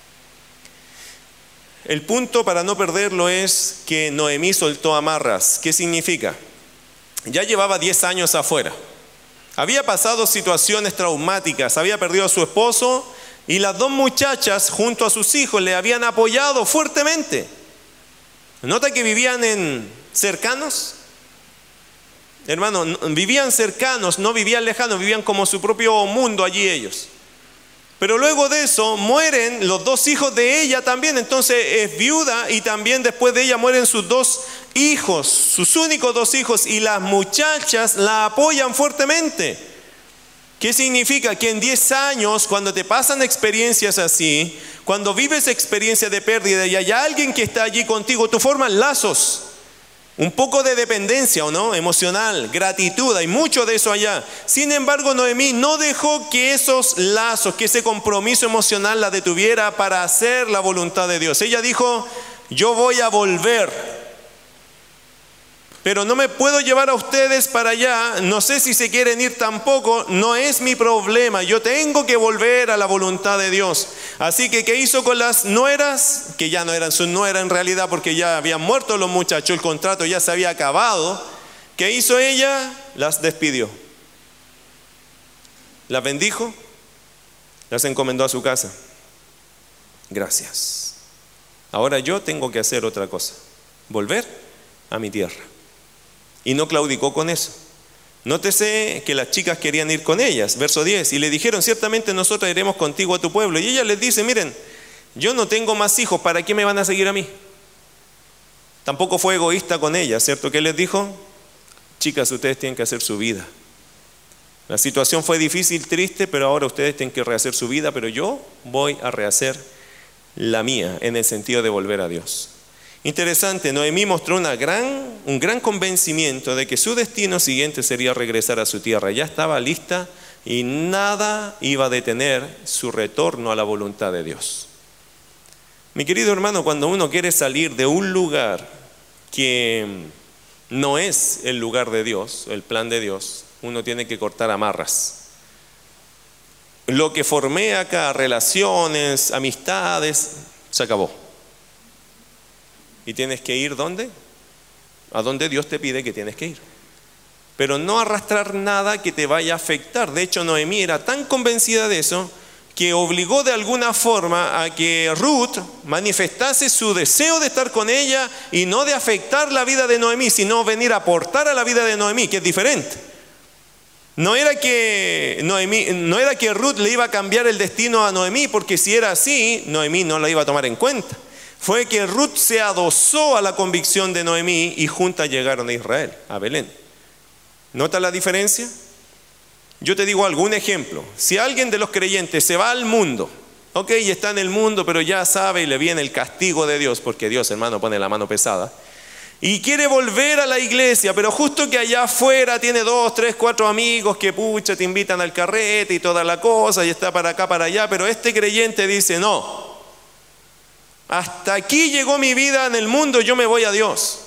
El punto para no perderlo es que Noemí soltó amarras. ¿Qué significa? Ya llevaba diez años afuera. Había pasado situaciones traumáticas, había perdido a su esposo y las dos muchachas junto a sus hijos le habían apoyado fuertemente. ¿Nota que vivían en cercanos? Hermano, vivían cercanos, no vivían lejanos, vivían como su propio mundo allí ellos. Pero luego de eso mueren los dos hijos de ella también, entonces es viuda y también después de ella mueren sus dos hijos, sus únicos dos hijos, y las muchachas la apoyan fuertemente. ¿Qué significa? Que en diez años, cuando te pasan experiencias así, cuando vives experiencias de pérdida y hay alguien que está allí contigo, tú formas lazos. Un poco de dependencia, ¿o no? Emocional, gratitud, hay mucho de eso allá. Sin embargo, Noemí no dejó que esos lazos, que ese compromiso emocional la detuviera para hacer la voluntad de Dios. Ella dijo, yo voy a volver, pero no me puedo llevar a ustedes para allá, no sé si se quieren ir tampoco, no es mi problema, yo tengo que volver a la voluntad de Dios. Así que, ¿qué hizo con las nueras? Que ya no eran sus nueras en realidad, porque ya habían muerto los muchachos, el contrato ya se había acabado. ¿Qué hizo ella? Las despidió. Las bendijo, las encomendó a su casa. Gracias. Ahora yo tengo que hacer otra cosa, volver a mi tierra. Y no claudicó con eso. Nótese que las chicas querían ir con ellas, verso diez, y le dijeron, ciertamente nosotras iremos contigo a tu pueblo. Y ella les dice, miren, yo no tengo más hijos, ¿para qué me van a seguir a mí? Tampoco fue egoísta con ellas, ¿cierto? ¿Qué les dijo? Chicas, ustedes tienen que hacer su vida. La situación fue difícil, triste, pero ahora ustedes tienen que rehacer su vida, pero yo voy a rehacer la mía, en el sentido de volver a Dios. Interesante, Noemí mostró una gran, un gran convencimiento de que su destino siguiente sería regresar a su tierra. Ya estaba lista y nada iba a detener su retorno a la voluntad de Dios. Mi querido hermano, cuando uno quiere salir de un lugar que no es el lugar de Dios, el plan de Dios, uno tiene que cortar amarras. Lo que formé acá, relaciones, amistades, se acabó. Y tienes que ir ¿dónde? A donde Dios te pide que tienes que ir. Pero no arrastrar nada que te vaya a afectar. De hecho, Noemí era tan convencida de eso que obligó de alguna forma a que Ruth manifestase su deseo de estar con ella y no de afectar la vida de Noemí, sino venir a aportar a la vida de Noemí, que es diferente. No era que Noemí, no era que Ruth le iba a cambiar el destino a Noemí, porque si era así, Noemí no la iba a tomar en cuenta. Fue que Ruth se adosó a la convicción de Noemí y juntas llegaron a Israel, a Belén. ¿Nota la diferencia? Yo te digo algún ejemplo. Si alguien de los creyentes se va al mundo, ok, y está en el mundo, pero ya sabe y le viene el castigo de Dios, porque Dios, hermano, pone la mano pesada, y quiere volver a la iglesia, pero justo que allá afuera tiene dos, tres, cuatro amigos que pucha, te invitan al carrete y toda la cosa, y está para acá, para allá, pero este creyente dice, no, hasta aquí llegó mi vida en el mundo, yo me voy a Dios.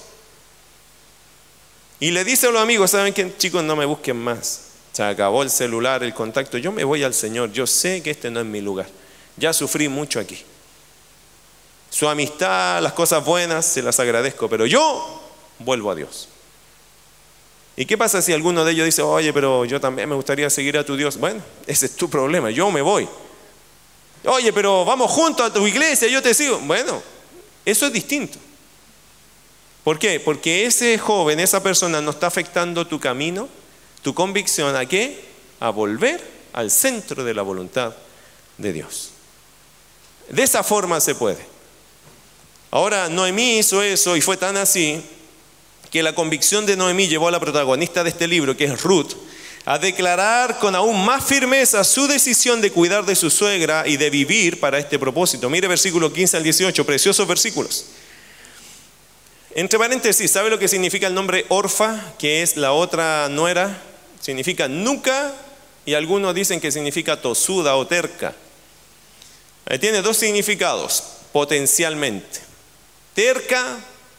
Y le dice a los amigos, ¿saben qué, chicos? No me busquen más. Se acabó el celular, el contacto. Yo me voy al Señor. Yo sé que este no es mi lugar. Ya sufrí mucho aquí. Su amistad, las cosas buenas, se las agradezco. Pero yo vuelvo a Dios. ¿Y qué pasa si alguno de ellos dice, oye, pero yo también me gustaría seguir a tu Dios? Bueno, ese es tu problema. Yo me voy. Oye, pero vamos juntos a tu iglesia, yo te sigo. Bueno, eso es distinto. ¿Por qué? Porque ese joven, esa persona no está afectando tu camino, tu convicción, ¿a qué? A volver al centro de la voluntad de Dios. De esa forma se puede. Ahora, Noemí hizo eso y fue tan así que la convicción de Noemí llevó a la protagonista de este libro, que es Ruth, a declarar con aún más firmeza su decisión de cuidar de su suegra y de vivir para este propósito. Mire versículo quince al dieciocho, preciosos versículos. Entre paréntesis, ¿sabe lo que significa el nombre Orfa, que es la otra nuera? Significa nuca y algunos dicen que significa tosuda o terca. Ahí tiene dos significados, potencialmente. Terca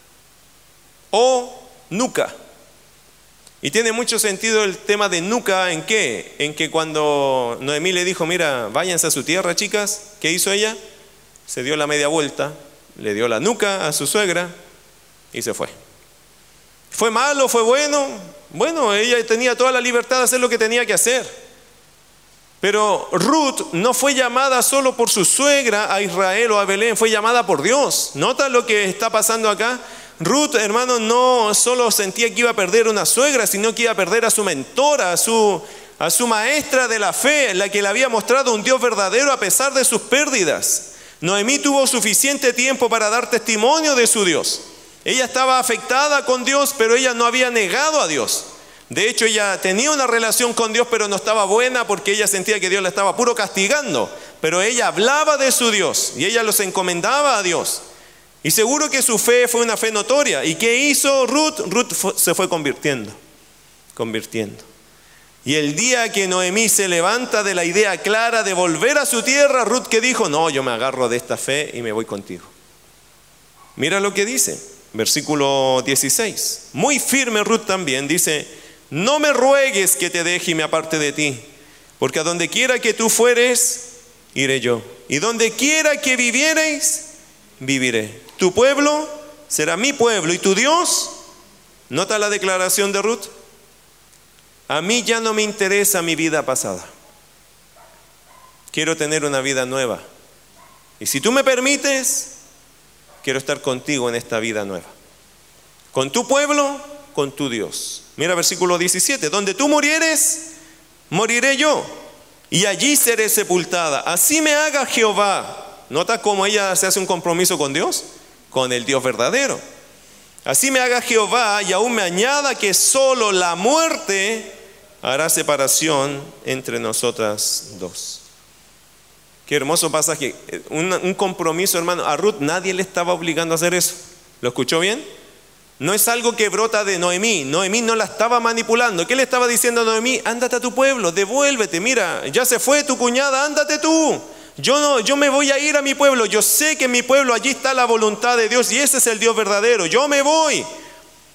o nuca. Y tiene mucho sentido el tema de nuca, ¿en qué? En que cuando Noemí le dijo, mira, váyanse a su tierra, chicas, ¿qué hizo ella? Se dio la media vuelta, le dio la nuca a su suegra y se fue. ¿Fue malo? ¿Fue bueno? Bueno, ella tenía toda la libertad de hacer lo que tenía que hacer. Pero Ruth no fue llamada solo por su suegra a Israel o a Belén, fue llamada por Dios. ¿Nota lo que está pasando acá? Ruth, hermano, no solo sentía que iba a perder una suegra, sino que iba a perder a su mentora, a su, a su maestra de la fe, la que le había mostrado un Dios verdadero a pesar de sus pérdidas. Noemí tuvo suficiente tiempo para dar testimonio de su Dios. Ella estaba afectada con Dios, pero ella no había negado a Dios. De hecho, ella tenía una relación con Dios, pero no estaba buena porque ella sentía que Dios la estaba puro castigando. Pero ella hablaba de su Dios y ella los encomendaba a Dios. Y seguro que su fe fue una fe notoria. ¿Y qué hizo Ruth? Ruth fue, se fue convirtiendo, convirtiendo. Y el día que Noemí se levanta de la idea clara de volver a su tierra, Ruth, ¿qué dijo? No, yo me agarro de esta fe y me voy contigo. Mira lo que dice, versículo dieciséis. Muy firme Ruth también, dice, no me ruegues que te deje y me aparte de ti, porque a donde quiera que tú fueres, iré yo. Y donde quiera que viviereis, viviré. Tu pueblo será mi pueblo y tu Dios. ¿Nota la declaración de Ruth? A mí ya no me interesa mi vida pasada. Quiero tener una vida nueva. Y si tú me permites, quiero estar contigo en esta vida nueva. Con tu pueblo, con tu Dios. Mira versículo diecisiete. Donde tú murieres, moriré yo. Y allí seré sepultada. Así me haga Jehová. ¿Nota cómo ella se hace un compromiso con Dios? Con el Dios verdadero. Así me haga Jehová y aún me añada que solo la muerte hará separación entre nosotras dos. Qué hermoso pasaje. Un, un compromiso, hermano. A Ruth nadie le estaba obligando a hacer eso. ¿Lo escuchó bien? No es algo que brota de Noemí. Noemí no la estaba manipulando. ¿Qué le estaba diciendo a Noemí? Ándate a tu pueblo, devuélvete. Mira, ya se fue tu cuñada, ándate tú. Yo, no, yo me voy a ir a mi pueblo. Yo sé que en mi pueblo allí está la voluntad de Dios y ese es el Dios verdadero. Yo me voy.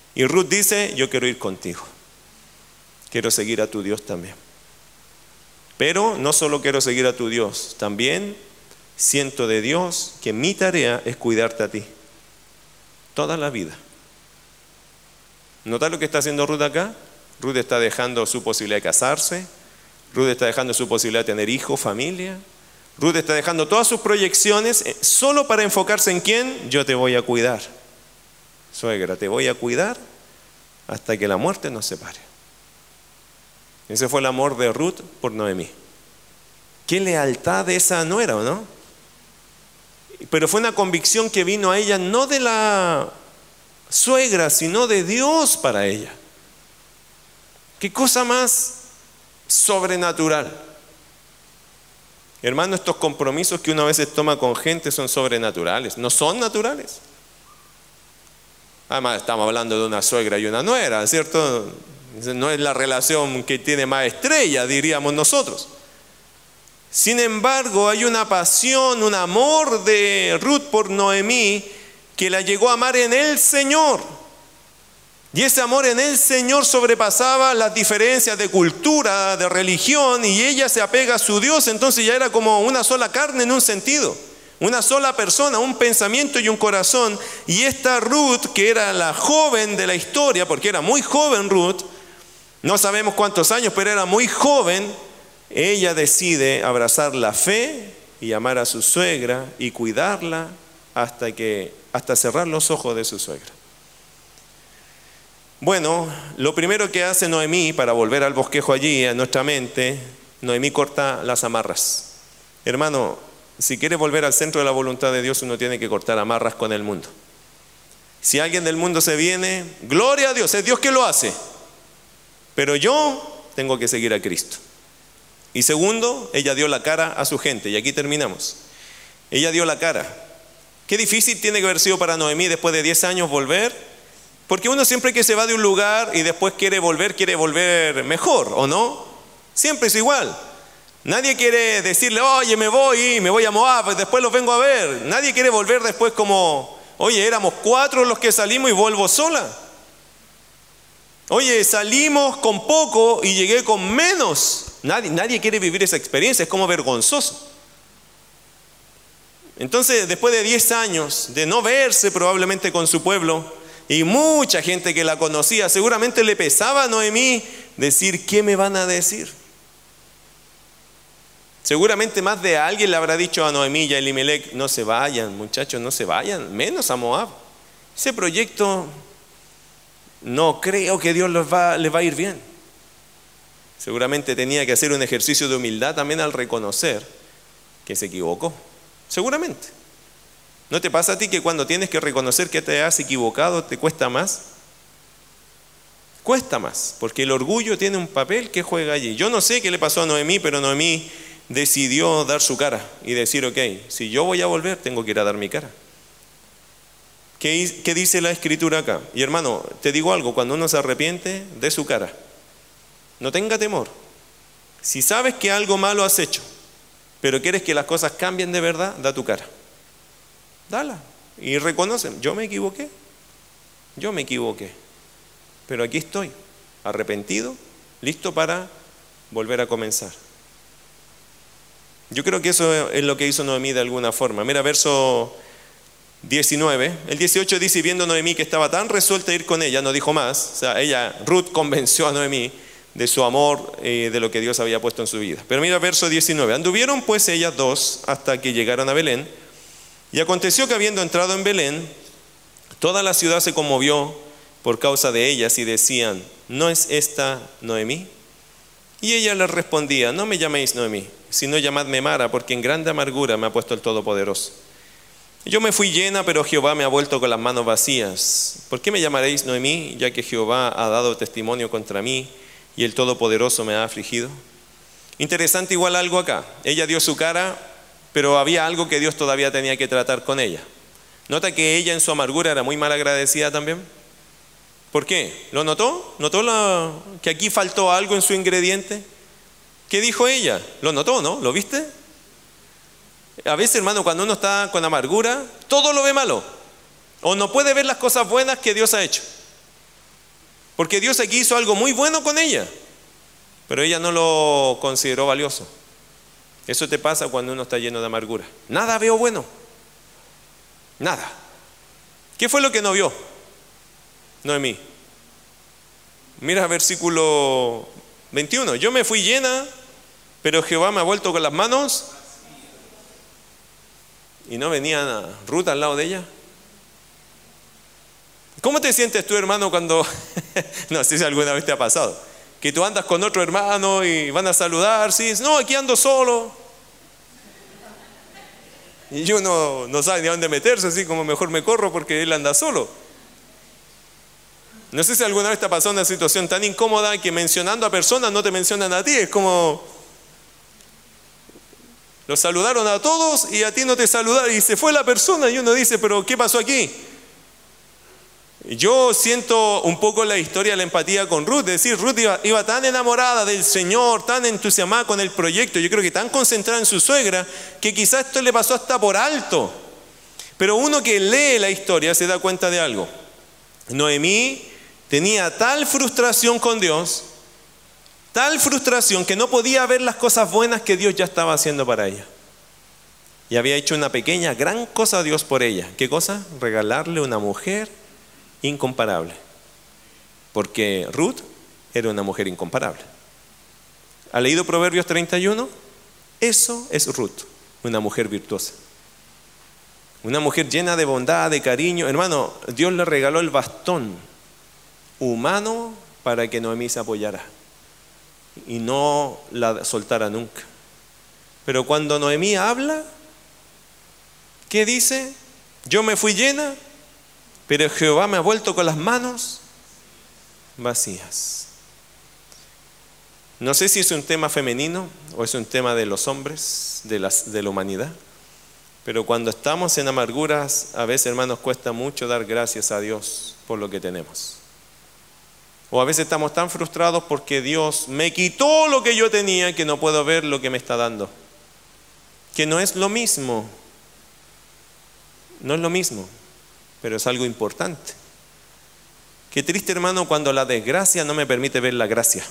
Y Ruth dice, yo quiero ir contigo. Quiero seguir a tu Dios también. Pero no solo quiero seguir a tu Dios, también siento de Dios que mi tarea es cuidarte a ti. Toda la vida. ¿Notás lo que está haciendo Ruth acá? Ruth está dejando su posibilidad de casarse. Ruth está dejando su posibilidad de tener hijos, familia. Ruth está dejando todas sus proyecciones solo para enfocarse en quién. Yo te voy a cuidar. Suegra, te voy a cuidar hasta que la muerte nos separe. Ese fue el amor de Ruth por Noemí. Qué lealtad de esa nuera, ¿o no? Pero fue una convicción que vino a ella no de la suegra, sino de Dios para ella. Qué cosa más sobrenatural. Hermano, estos compromisos que uno a veces toma con gente son sobrenaturales, no son naturales. Además, estamos hablando de una suegra y una nuera, ¿cierto? No es la relación que tiene más estrella, diríamos nosotros. Sin embargo, hay una pasión, un amor de Ruth por Noemí que la llegó a amar en el Señor. Y ese amor en el Señor sobrepasaba las diferencias de cultura, de religión, y ella se apega a su Dios. Entonces ya era como una sola carne en un sentido, una sola persona, un pensamiento y un corazón. Y esta Ruth, que era la joven de la historia, porque era muy joven Ruth, no sabemos cuántos años, pero era muy joven, ella decide abrazar la fe y amar a su suegra y cuidarla hasta que, hasta cerrar los ojos de su suegra. Bueno, lo primero que hace Noemí, para volver al bosquejo allí, a nuestra mente, Noemí corta las amarras. Hermano, si quiere volver al centro de la voluntad de Dios, uno tiene que cortar amarras con el mundo. Si alguien del mundo se viene, gloria a Dios, es Dios que lo hace. Pero yo tengo que seguir a Cristo. Y segundo, ella dio la cara a su gente, y aquí terminamos. Ella dio la cara. Qué difícil tiene que haber sido para Noemí después de diez años volver. Porque uno siempre que se va de un lugar y después quiere volver, quiere volver mejor, ¿o no? Siempre es igual. Nadie quiere decirle, oye, me voy, me voy a Moab, después los vengo a ver. Nadie quiere volver después como, oye, éramos cuatro los que salimos y vuelvo sola. Oye, salimos con poco y llegué con menos. Nadie, nadie quiere vivir esa experiencia, es como vergonzoso. Entonces, después de diez años de no verse probablemente con su pueblo, y mucha gente que la conocía, seguramente le pesaba a Noemí decir, ¿qué me van a decir? Seguramente más de alguien le habrá dicho a Noemí y a Elimelech, no se vayan, muchachos, no se vayan, menos a Moab. Ese proyecto no creo que Dios les va, les va a ir bien. Seguramente tenía que hacer un ejercicio de humildad también al reconocer que se equivocó. Seguramente. ¿No te pasa a ti que cuando tienes que reconocer que te has equivocado te cuesta más? Cuesta más, porque el orgullo tiene un papel que juega allí. Yo no sé qué le pasó a Noemí, pero Noemí decidió dar su cara y decir, ok, si yo voy a volver, tengo que ir a dar mi cara. ¿Qué, qué dice la Escritura acá? Y hermano, te digo algo, cuando uno se arrepiente, dé su cara. No tenga temor. Si sabes que algo malo has hecho, pero quieres que las cosas cambien de verdad, da tu cara. Dala. Y reconocen, yo me equivoqué. Yo me equivoqué. Pero aquí estoy, arrepentido, listo para volver a comenzar. Yo creo que eso es lo que hizo Noemí de alguna forma. Mira, verso diecinueve. El dieciocho dice, viendo Noemí que estaba tan resuelta a ir con ella, no dijo más. O sea, ella, Ruth, convenció a Noemí de su amor, eh, de lo que Dios había puesto en su vida. Pero mira, verso diecinueve. Anduvieron pues ellas dos hasta que llegaron a Belén. Y aconteció que habiendo entrado en Belén, toda la ciudad se conmovió por causa de ellas y decían, ¿no es esta Noemí? Y ella les respondía, no me llaméis Noemí, sino llamadme Mara, porque en grande amargura me ha puesto el Todopoderoso. Yo me fui llena, pero Jehová me ha vuelto con las manos vacías. ¿Por qué me llamaréis Noemí, ya que Jehová ha dado testimonio contra mí y el Todopoderoso me ha afligido? Interesante igual algo acá. Ella dio su cara, pero había algo que Dios todavía tenía que tratar con ella. Nota que ella en su amargura era muy mal agradecida también. ¿Por qué? ¿Lo notó? ¿Notó la, que aquí faltó algo en su ingrediente? ¿Qué dijo ella? ¿Lo notó, no? ¿Lo viste? A veces, hermano, cuando uno está con amargura, todo lo ve malo. O no puede ver las cosas buenas que Dios ha hecho. Porque Dios aquí hizo algo muy bueno con ella, pero ella no lo consideró valioso. Eso te pasa cuando uno está lleno de amargura. Nada veo bueno. Nada. ¿Qué fue lo que no vio Noemí? Mira versículo veintiuno. Yo me fui llena, pero Jehová me ha vuelto con las manos. Y no venía Ruth al lado de ella. ¿Cómo te sientes tú, hermano, cuando, no sé si alguna vez te ha pasado, que tú andas con otro hermano y van a saludar, sí, no, aquí ando solo. Y uno no sabe ni a dónde meterse, así como mejor me corro porque él anda solo. No sé si alguna vez te ha pasado una situación tan incómoda que mencionando a personas no te mencionan a ti. Es como, los saludaron a todos y a ti no te saludaron y se fue la persona y uno dice, pero ¿qué pasó aquí? Yo siento un poco la historia, la empatía con Ruth. Es decir, Ruth iba, iba tan enamorada del Señor, tan entusiasmada con el proyecto, yo creo que tan concentrada en su suegra, que quizás esto le pasó hasta por alto. Pero uno que lee la historia se da cuenta de algo. Noemí tenía tal frustración con Dios, tal frustración que no podía ver las cosas buenas que Dios ya estaba haciendo para ella. Y había hecho una pequeña, gran cosa a Dios por ella. ¿Qué cosa? Regalarle una mujer incomparable, porque Ruth era una mujer incomparable. ¿Ha leído Proverbios treinta y uno? Eso es Ruth, una mujer virtuosa, una mujer llena de bondad, de cariño. Hermano, Dios le regaló el bastón humano para que Noemí se apoyara y no la soltara nunca. Pero cuando Noemí habla, ¿qué dice? Yo me fui llena, pero Jehová me ha vuelto con las manos vacías. No sé si es un tema femenino o es un tema de los hombres, de, las, de la humanidad, pero cuando estamos en amarguras, a veces, hermanos, cuesta mucho dar gracias a Dios por lo que tenemos. O a veces estamos tan frustrados porque Dios me quitó lo que yo tenía que no puedo ver lo que me está dando. Que no es lo mismo, no es lo mismo. Pero es algo importante. Qué triste, hermano, cuando la desgracia no me permite ver la gracia.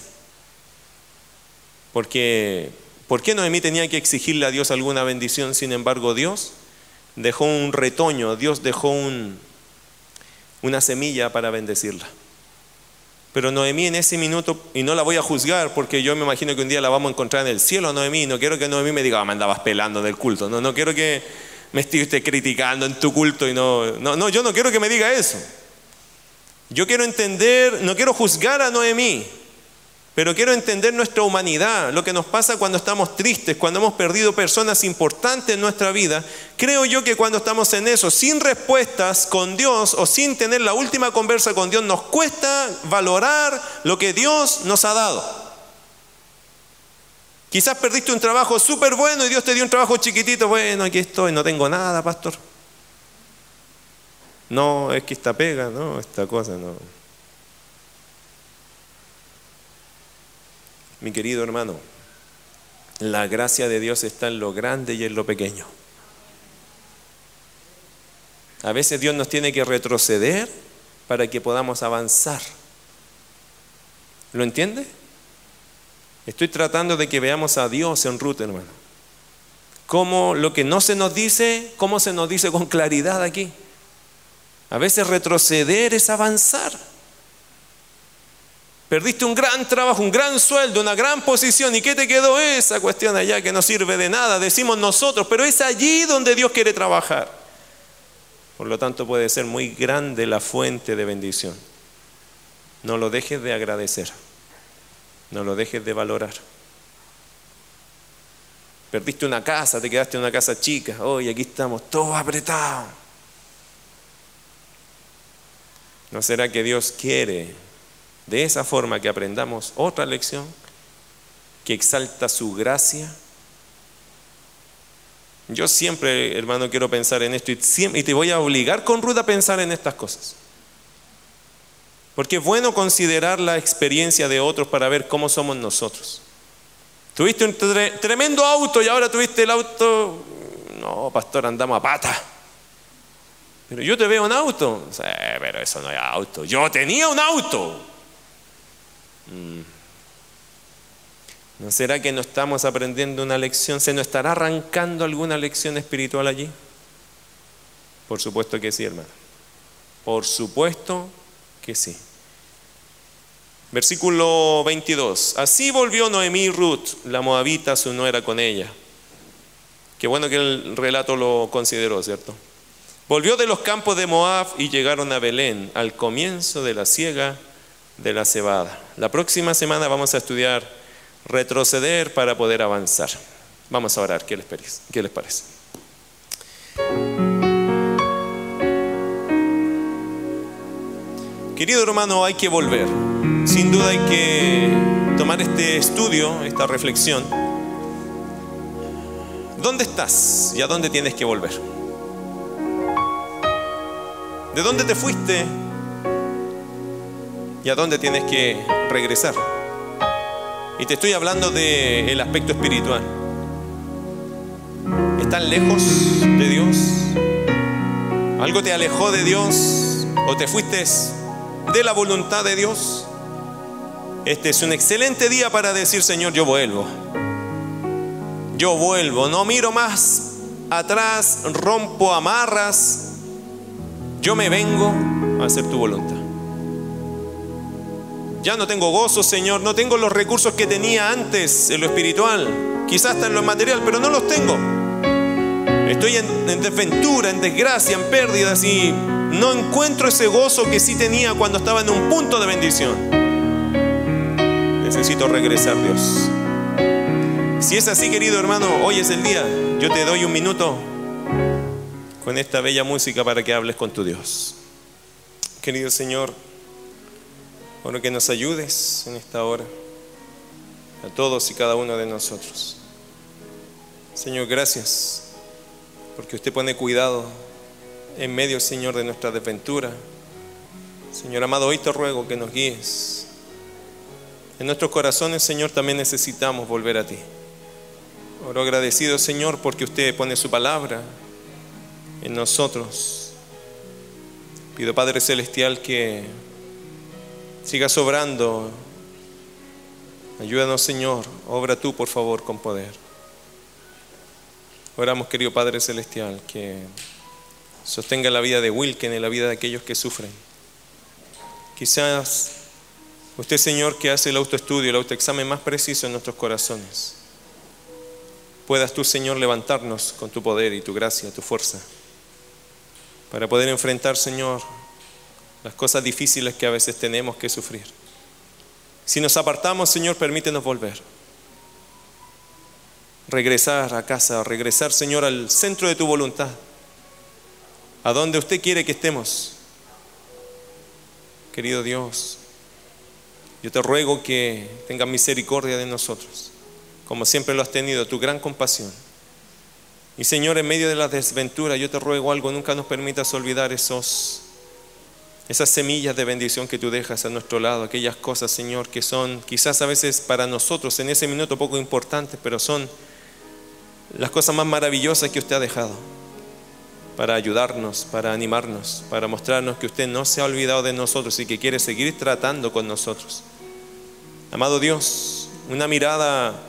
Porque, ¿por qué Noemí tenía que exigirle a Dios alguna bendición? Sin embargo, Dios dejó un retoño, Dios dejó un, una semilla para bendecirla. Pero Noemí en ese minuto, y no la voy a juzgar porque yo me imagino que un día la vamos a encontrar en el cielo, Noemí. No quiero que Noemí me diga, oh, me andabas pelando del culto. No, no quiero que me estuviste criticando en tu culto y no, no, no, yo no quiero que me diga eso. Yo quiero entender, no quiero juzgar a Noemí, pero quiero entender nuestra humanidad, lo que nos pasa cuando estamos tristes, cuando hemos perdido personas importantes en nuestra vida. Creo yo que cuando estamos en eso, sin respuestas con Dios o sin tener la última conversa con Dios, nos cuesta valorar lo que Dios nos ha dado. Quizás perdiste un trabajo súper bueno y Dios te dio un trabajo chiquitito. Bueno, aquí estoy, no tengo nada, pastor. No, es que esta pega, no, esta cosa, no. Mi querido hermano, la gracia de Dios está en lo grande y en lo pequeño. A veces Dios nos tiene que retroceder para que podamos avanzar. ¿Lo entiende? Estoy tratando de que veamos a Dios en Ruth, hermano. Cómo lo que no se nos dice, cómo se nos dice con claridad aquí. A veces retroceder es avanzar. Perdiste un gran trabajo, un gran sueldo, una gran posición. ¿Y qué te quedó? Esa cuestión allá que no sirve de nada, decimos nosotros, pero es allí donde Dios quiere trabajar. Por lo tanto, puede ser muy grande la fuente de bendición. No lo dejes de agradecer. No lo dejes de valorar. Perdiste una casa, te quedaste en una casa chica. Hoy aquí estamos todos apretados. ¿No será que Dios quiere de esa forma que aprendamos otra lección que exalta su gracia? Yo siempre, hermano, quiero pensar en esto y, siempre, y te voy a obligar con Ruth a pensar en estas cosas. Porque es bueno considerar la experiencia de otros para ver cómo somos nosotros. Tuviste un tre- tremendo auto y ahora tuviste el auto. No, pastor, andamos a pata. Pero yo te veo un auto. Sí, pero eso no es auto. Yo tenía un auto. ¿No será que no estamos aprendiendo una lección? ¿Se nos estará arrancando alguna lección espiritual allí? Por supuesto que sí, hermano. Por supuesto que sí. Versículo veintidós. Así volvió Noemí y Ruth, la moabita, su nuera, con ella. Qué bueno que el relato lo consideró, ¿cierto? Volvió de los campos de Moab y llegaron a Belén, al comienzo de la siega de la cebada. La próxima semana vamos a estudiar retroceder para poder avanzar. Vamos a orar. ¿Qué les parece? ¿Qué les parece? Querido hermano, hay que volver. Sin duda hay que tomar este estudio, esta reflexión. ¿Dónde estás y a dónde tienes que volver? ¿De dónde te fuiste y a dónde tienes que regresar? Y te estoy hablando del aspecto espiritual. ¿Estás lejos de Dios? ¿Algo te alejó de Dios o te fuiste de la voluntad de Dios? Este es un excelente día para decir: Señor, yo vuelvo. Yo vuelvo, no miro más atrás, rompo amarras. Yo me vengo a hacer tu voluntad. Ya no tengo gozo, Señor, no tengo los recursos que tenía antes en lo espiritual, quizás hasta en lo material, pero no los tengo. Estoy en, en desventura, en desgracia, en pérdidas y no encuentro ese gozo que sí tenía cuando estaba en un punto de bendición. Necesito regresar, Dios. Si es así, querido hermano, hoy es el día. Yo te doy un minuto con esta bella música para que hables con tu Dios. Querido Señor, oro que nos ayudes en esta hora, a todos y cada uno de nosotros. Señor, gracias, porque usted pone cuidado en medio, Señor, de nuestra desventura. Señor amado, hoy te ruego que nos guíes. En nuestros corazones, Señor, también necesitamos volver a ti. Oro agradecido, Señor, porque usted pone su palabra en nosotros. Pido, Padre Celestial, que siga sobrando. Ayúdanos, Señor. Obra tú, por favor, con poder. Oramos, querido Padre Celestial, que sostenga la vida de Wilken y la vida de aquellos que sufren. Quizás usted, Señor, que hace el autoestudio, el autoexamen más preciso en nuestros corazones, puedas tú, Señor, levantarnos con tu poder y tu gracia, tu fuerza, para poder enfrentar, Señor, las cosas difíciles que a veces tenemos que sufrir. Si nos apartamos, Señor, permítenos volver. Regresar a casa, regresar, Señor, al centro de tu voluntad, a donde usted quiere que estemos. Querido Dios, yo te ruego que tengas misericordia de nosotros, como siempre lo has tenido, tu gran compasión. Y Señor, en medio de la desventura, yo te ruego algo: nunca nos permitas olvidar esos, esas semillas de bendición que tú dejas a nuestro lado, aquellas cosas, Señor, que son quizás a veces para nosotros en ese minuto poco importantes, pero son las cosas más maravillosas que usted ha dejado, para ayudarnos, para animarnos, para mostrarnos que usted no se ha olvidado de nosotros y que quiere seguir tratando con nosotros. Amado Dios, una mirada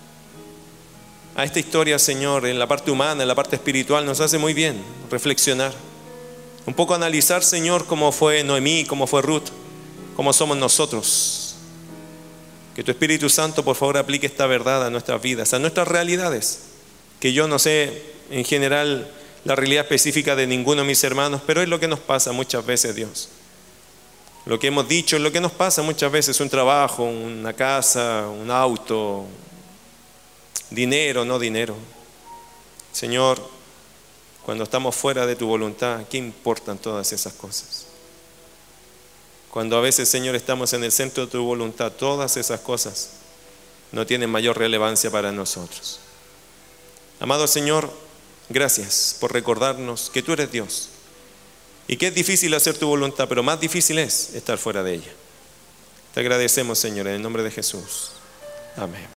a esta historia, Señor, en la parte humana, en la parte espiritual, nos hace muy bien reflexionar. Un poco analizar, Señor, cómo fue Noemí, cómo fue Ruth, cómo somos nosotros. Que tu Espíritu Santo, por favor, aplique esta verdad a nuestras vidas, a nuestras realidades. Que yo no sé, en general, la realidad específica de ninguno de mis hermanos, pero es lo que nos pasa muchas veces, Dios. Lo que hemos dicho es lo que nos pasa muchas veces: un trabajo, una casa, un auto, dinero, no dinero. Señor, cuando estamos fuera de tu voluntad, ¿qué importan todas esas cosas? Cuando a veces, Señor, estamos en el centro de tu voluntad, todas esas cosas no tienen mayor relevancia para nosotros. Amado Señor, gracias por recordarnos que tú eres Dios y que es difícil hacer tu voluntad, pero más difícil es estar fuera de ella. Te agradecemos, Señor, en el nombre de Jesús. Amén.